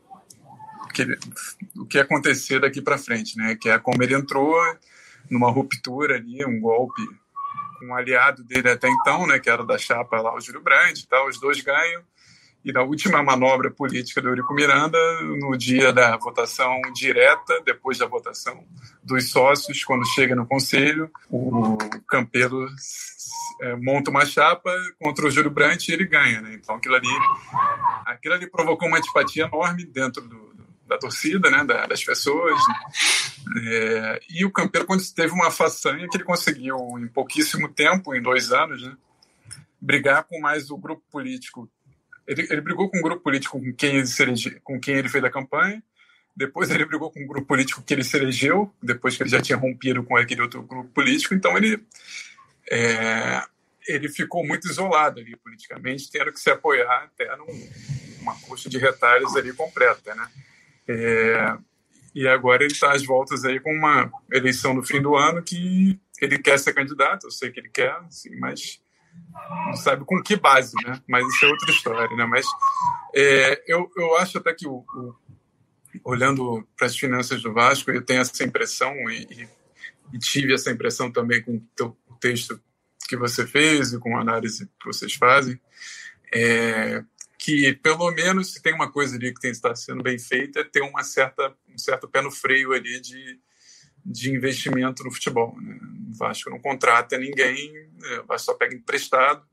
o que, o que acontecer daqui para frente, né? Que é como ele entrou numa ruptura ali, um golpe com um aliado dele até então, né? Que era da chapa lá, o Júlio Brandt e tal, os dois ganham. E na última manobra política do Eurico Miranda, no dia da votação direta, depois da votação dos sócios, quando chega no conselho, o Campelo é, monta uma chapa contra o Júlio Brandt e ele ganha, né? Então aquilo ali, aquilo ali provocou uma antipatia enorme dentro do, do, da torcida, né? Da, das pessoas. É, e o Campelo, quando teve uma façanha que ele conseguiu, em pouquíssimo tempo, em dois anos, né? Brigar com mais o grupo político. Ele, ele brigou com um grupo político com quem, ele se elege, com quem ele fez a campanha, depois ele brigou com um grupo político que ele se elegeu, depois que ele já tinha rompido com aquele outro grupo político, então ele, é, ele ficou muito isolado ali politicamente, tendo que se apoiar até numa coxa de retalhos ali completa, né? É, e agora ele está às voltas aí com uma eleição no fim do ano que ele quer ser candidato, eu sei que ele quer, assim, mas não sabe com que base, né? Mas isso é outra história, né? Mas é, eu, eu acho até que, o, o, olhando para as finanças do Vasco, eu tenho essa impressão, e, e, e tive essa impressão também com o, teu, o texto que você fez e com a análise que vocês fazem, é, que pelo menos se tem uma coisa ali que tem que estar sendo bem feita, é ter uma certa, um certo pé no freio ali de, de investimento no futebol, né? O Vasco não contrata ninguém, o Vasco só pega emprestado.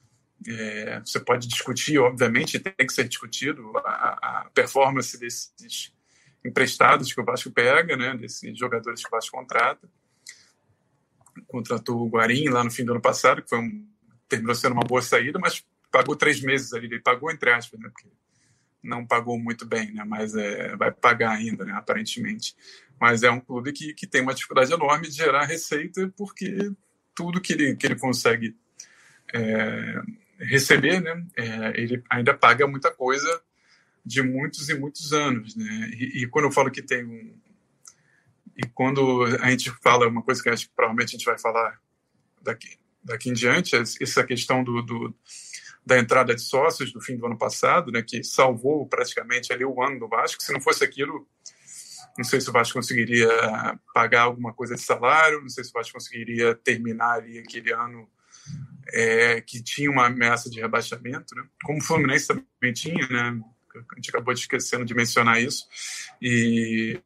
É, você pode discutir, obviamente, tem que ser discutido a, a performance desses emprestados que o Vasco pega, né? Desses jogadores que o Vasco contrata. Contratou o Guarim lá no fim do ano passado, que foi um, terminou sendo uma boa saída, mas pagou três meses ali, ele pagou entre aspas, né? Porque não pagou muito bem, né? Mas é, vai pagar ainda, né? Aparentemente. Mas é um clube que, que tem uma dificuldade enorme de gerar receita, porque tudo que ele, que ele consegue é, receber, né? É, ele ainda paga muita coisa de muitos e muitos anos, né? E, e quando eu falo que tem um... E quando a gente fala uma coisa que acho que provavelmente a gente vai falar daqui, daqui em diante, essa questão do, do, da entrada de sócios do fim do ano passado, né? Que salvou praticamente ali o ano do Vasco. Se não fosse aquilo... Não sei se o Vasco conseguiria pagar alguma coisa de salário, não sei se o Vasco conseguiria terminar ali aquele ano é, que tinha uma ameaça de rebaixamento, né? Como o Fluminense também tinha, né? A gente acabou de esquecendo de mencionar isso. E...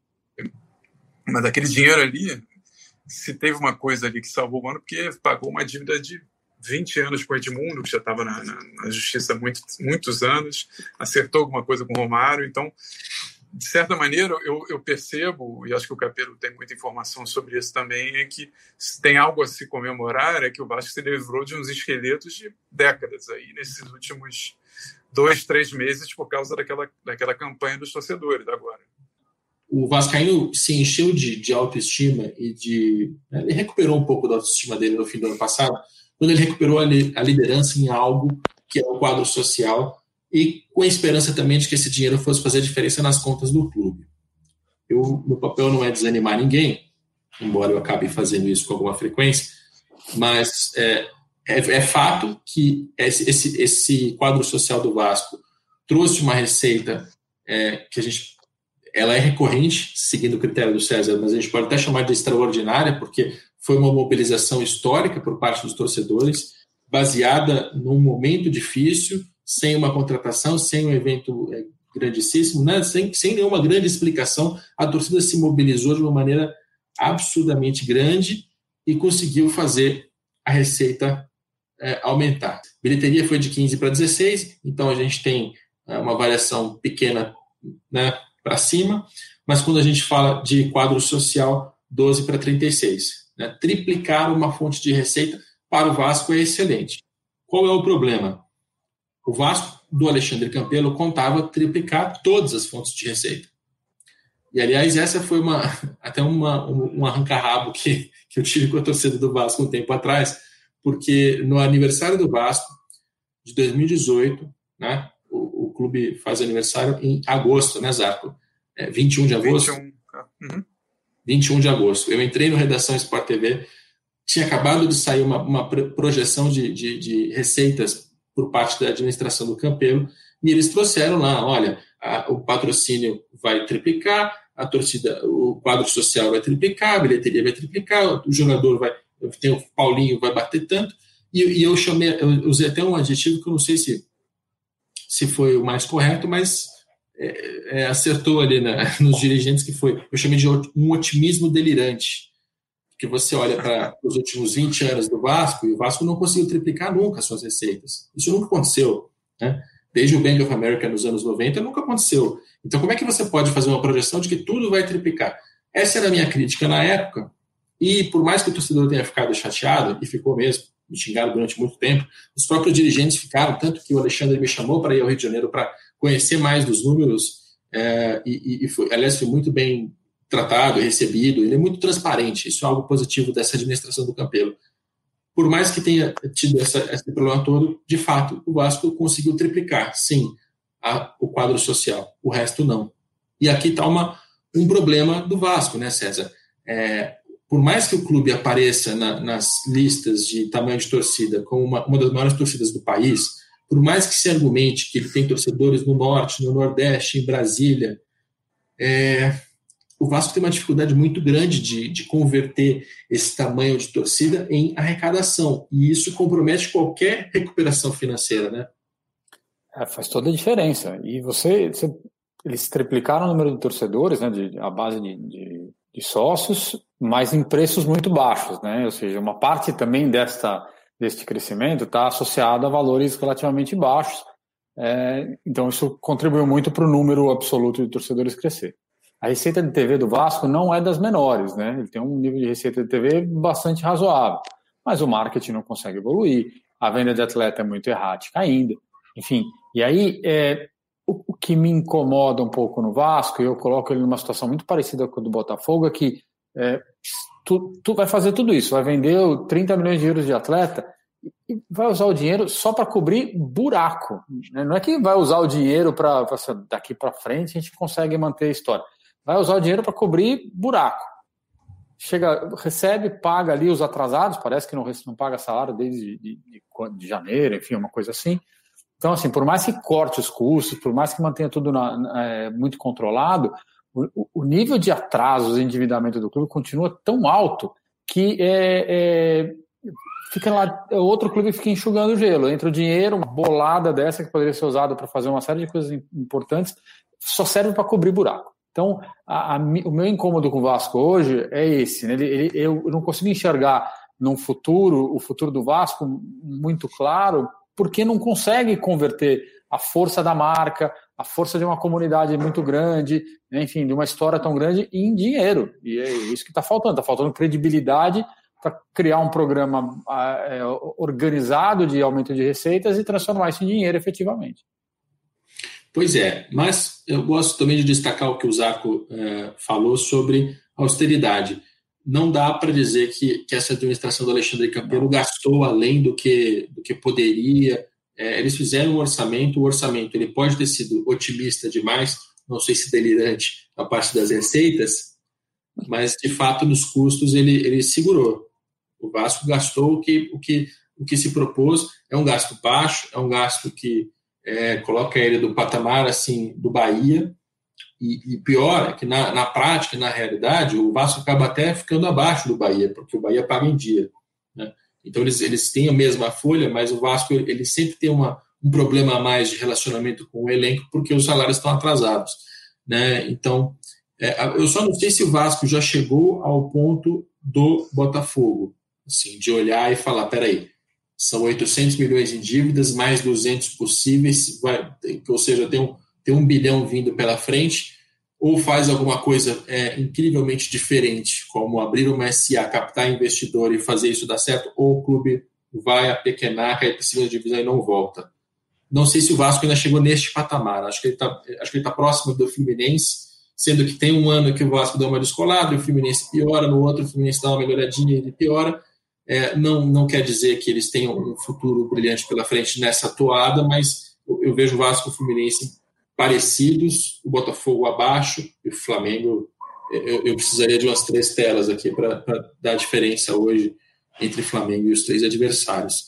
Mas aquele dinheiro ali, se teve uma coisa ali que salvou o ano, porque pagou uma dívida de vinte anos com o Edmundo, que já estava na, na, na justiça há muito, muitos anos, acertou alguma coisa com o Romário, então... De certa maneira, eu, eu percebo, e acho que o Capello tem muita informação sobre isso também, é que se tem algo a se comemorar, é que o Vasco se livrou de uns esqueletos de décadas aí, nesses últimos dois, três meses, por causa daquela, daquela campanha dos torcedores agora. O Vascaíno se encheu de, de autoestima e de... Né, ele recuperou um pouco da autoestima dele no fim do ano passado, quando ele recuperou a, li, a liderança em algo que é o quadro social, e com a esperança também de que esse dinheiro fosse fazer diferença nas contas do clube. Eu, meu papel não é desanimar ninguém, embora eu acabe fazendo isso com alguma frequência, mas é, é, é fato que esse, esse, esse quadro social do Vasco trouxe uma receita é, que a gente, ela é recorrente, seguindo o critério do César, mas a gente pode até chamar de extraordinária, porque foi uma mobilização histórica por parte dos torcedores, baseada num momento difícil, sem uma contratação, sem um evento é, grandíssimo, né? sem, sem nenhuma grande explicação, a torcida se mobilizou de uma maneira absurdamente grande e conseguiu fazer a receita é, aumentar. A bilheteria foi de quinze para dezesseis, então a gente tem é, uma variação pequena, né, para cima, mas quando a gente fala de quadro social, doze para trinta e seis. Né? Triplicar uma fonte de receita para o Vasco é excelente. Qual é o problema? O Vasco, do Alexandre Campelo, contava triplicar todas as fontes de receita. E, aliás, essa foi uma, até uma, um arranca-rabo que, que eu tive com a torcida do Vasco um tempo atrás, porque no aniversário do Vasco, de dois mil e dezoito, né, o, o clube faz aniversário em agosto, né, Zarco? É, vinte e um de agosto? vinte e um. Uhum. vinte e um de agosto. Eu entrei no Redação Sport T V, tinha acabado de sair uma, uma projeção de, de, de receitas por parte da administração do Campelo, e eles trouxeram lá, olha, a, o patrocínio vai triplicar, a torcida, o quadro social vai triplicar, a bilheteria vai triplicar, o jogador vai, tem o Paulinho vai bater tanto, e, e eu chamei, eu usei até um adjetivo que eu não sei se, se foi o mais correto, mas é, é, acertou ali na, nos dirigentes, que foi, eu chamei de um otimismo delirante, que você olha para os últimos vinte anos do Vasco, e o Vasco não conseguiu triplicar nunca as suas receitas. Isso nunca aconteceu. Né? Desde o Bank of America nos anos noventa, nunca aconteceu. Então, como é que você pode fazer uma projeção de que tudo vai triplicar? Essa era a minha crítica na época, e por mais que o torcedor tenha ficado chateado, e ficou mesmo, me xingaram durante muito tempo, os próprios dirigentes ficaram, tanto que o Alexandre me chamou para ir ao Rio de Janeiro para conhecer mais dos números, é, e, e foi, aliás, foi muito bem tratado, recebido, ele é muito transparente, isso é algo positivo dessa administração do Campelo. Por mais que tenha tido essa, esse problema todo, de fato, o Vasco conseguiu triplicar, sim, a, o quadro social, o resto não. E aqui está um problema do Vasco, né, César? É, por mais que o clube apareça na, nas listas de tamanho de torcida como uma, uma das maiores torcidas do país, por mais que se argumente que ele tem torcedores no Norte, no Nordeste, em Brasília, é... o Vasco tem uma dificuldade muito grande de, de converter esse tamanho de torcida em arrecadação, e isso compromete qualquer recuperação financeira, né? É, faz toda a diferença. E você, você eles triplicaram o número de torcedores, né, de, a base de, de, de sócios, mas em preços muito baixos, né? Ou seja, uma parte também desta, deste crescimento está associada a valores relativamente baixos. É, então, isso contribuiu muito para o número absoluto de torcedores crescer. A receita de T V do Vasco não é das menores, né? Ele tem um nível de receita de T V bastante razoável, mas o marketing não consegue evoluir, a venda de atleta é muito errática ainda, enfim. E aí, é, o, o que me incomoda um pouco no Vasco, e eu coloco ele numa situação muito parecida com a do Botafogo, é que é, tu, tu vai fazer tudo isso, vai vender trinta milhões de euros de atleta, e vai usar o dinheiro só para cobrir buraco. Né? Não é que vai usar o dinheiro para daqui para frente a gente consegue manter a história. Vai usar o dinheiro para cobrir buraco. Chega, recebe, paga ali os atrasados, parece que não, não paga salário desde de, de, de janeiro, enfim, uma coisa assim. Então, assim, por mais que corte os custos, por mais que mantenha tudo na, na, é, muito controlado, o, o nível de atrasos e endividamento do clube continua tão alto que é, é, fica lá, outro clube fica enxugando o gelo. Entra o dinheiro, uma bolada dessa que poderia ser usada para fazer uma série de coisas importantes, só serve para cobrir buraco. Então, a, a, o meu incômodo com o Vasco hoje é esse. Né? Ele, ele, eu não consigo enxergar num futuro, o futuro do Vasco muito claro, porque não consegue converter a força da marca, a força de uma comunidade muito grande, né? Enfim, de uma história tão grande em dinheiro. E é isso que está faltando. Está faltando credibilidade para criar um programa é, organizado de aumento de receitas e transformar isso em dinheiro efetivamente. Pois é, mas eu gosto também de destacar o que o Zarco é, falou sobre austeridade. Não dá para dizer que, que essa administração do Alexandre Campelo gastou além do que, do que poderia. É, eles fizeram um orçamento, o orçamento ele pode ter sido otimista demais, não sei se delirante a parte das receitas, mas de fato nos custos ele, ele segurou. O Vasco gastou o que, o, que, o que se propôs, é um gasto baixo, é um gasto que É, coloca ele do patamar assim, do Bahia, e, e pior é que na, na prática, na realidade, o Vasco acaba até ficando abaixo do Bahia, porque o Bahia paga em dia, né? Então eles, eles têm a mesma folha, mas o Vasco ele sempre tem uma, um problema a mais de relacionamento com o elenco, porque os salários estão atrasados, né? Então, é, eu só não sei se o Vasco já chegou ao ponto do Botafogo, assim, de olhar e falar, peraí, são oitocentos milhões em dívidas, mais duzentos possíveis, vai, ou seja, tem um, tem um bilhão vindo pela frente, ou faz alguma coisa é, incrivelmente diferente, como abrir uma S A, captar investidor e fazer isso dar certo, ou o clube vai apequenar, cair para a segunda divisão e não volta. Não sei se o Vasco ainda chegou neste patamar, acho que ele está tá próximo do Fluminense, sendo que tem um ano que o Vasco dá uma descolada, o Fluminense piora, no outro o Fluminense dá uma melhoradinha e ele piora. É, não, não quer dizer que eles tenham um futuro brilhante pela frente nessa toada, mas eu, eu vejo o Vasco e o Fluminense parecidos, o Botafogo abaixo e o Flamengo. Eu, eu precisaria de umas três telas aqui para dar a diferença hoje entre Flamengo e os três adversários.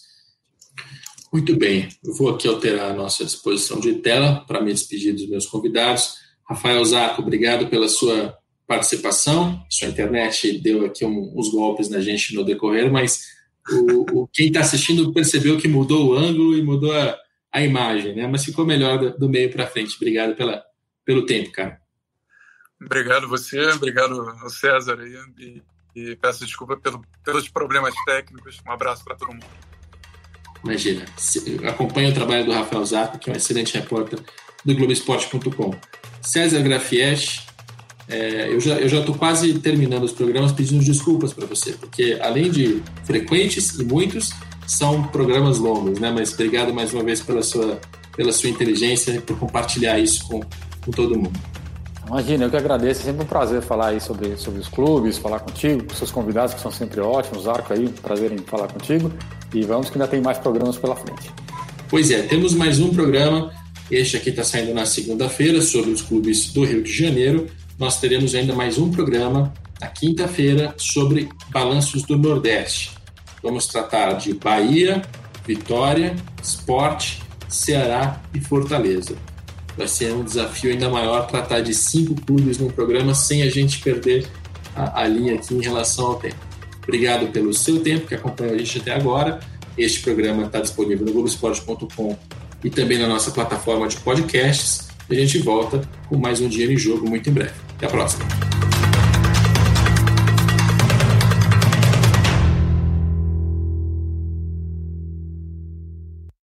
Muito bem, eu vou aqui alterar a nossa disposição de tela para me despedir dos meus convidados. Rafael Zarco, obrigado pela sua participação. Sua internet deu aqui um, uns golpes na gente no decorrer, mas o, o, quem está assistindo percebeu que mudou o ângulo e mudou a, a imagem, né? Mas ficou melhor do, do meio para frente. Obrigado pela, pelo tempo, cara. Obrigado você, obrigado ao César aí, e, e peço desculpa pelo, pelos problemas técnicos. Um abraço para todo mundo. Imagina. Acompanhe o trabalho do Rafael Zarco, que é um excelente repórter do Globo Esporte ponto com. César Grafietti, É, eu já eu já estou quase terminando os programas pedindo desculpas para você, porque além de frequentes e muitos, são programas longos, né? Mas obrigado mais uma vez pela sua, pela sua inteligência e por compartilhar isso com, com todo mundo. Imagina, eu que agradeço, é sempre um prazer falar aí sobre, sobre os clubes, falar contigo, com seus convidados que são sempre ótimos, Zarco aí, prazer em falar contigo, e vamos que ainda tem mais programas pela frente. Pois é, temos mais um programa, este aqui está saindo na segunda-feira, sobre os clubes do Rio de Janeiro. Nós teremos ainda mais um programa na quinta-feira sobre balanços do Nordeste. Vamos tratar de Bahia, Vitória, Sport, Ceará e Fortaleza. Vai ser um desafio ainda maior tratar de cinco clubes num programa sem a gente perder a, a linha aqui em relação ao tempo. Obrigado pelo seu tempo que acompanhou a gente até agora. Este programa está disponível no Globo Esporte ponto com e também na nossa plataforma de podcasts. E a gente volta com mais um Dinheiro em Jogo muito em breve. Até a próxima.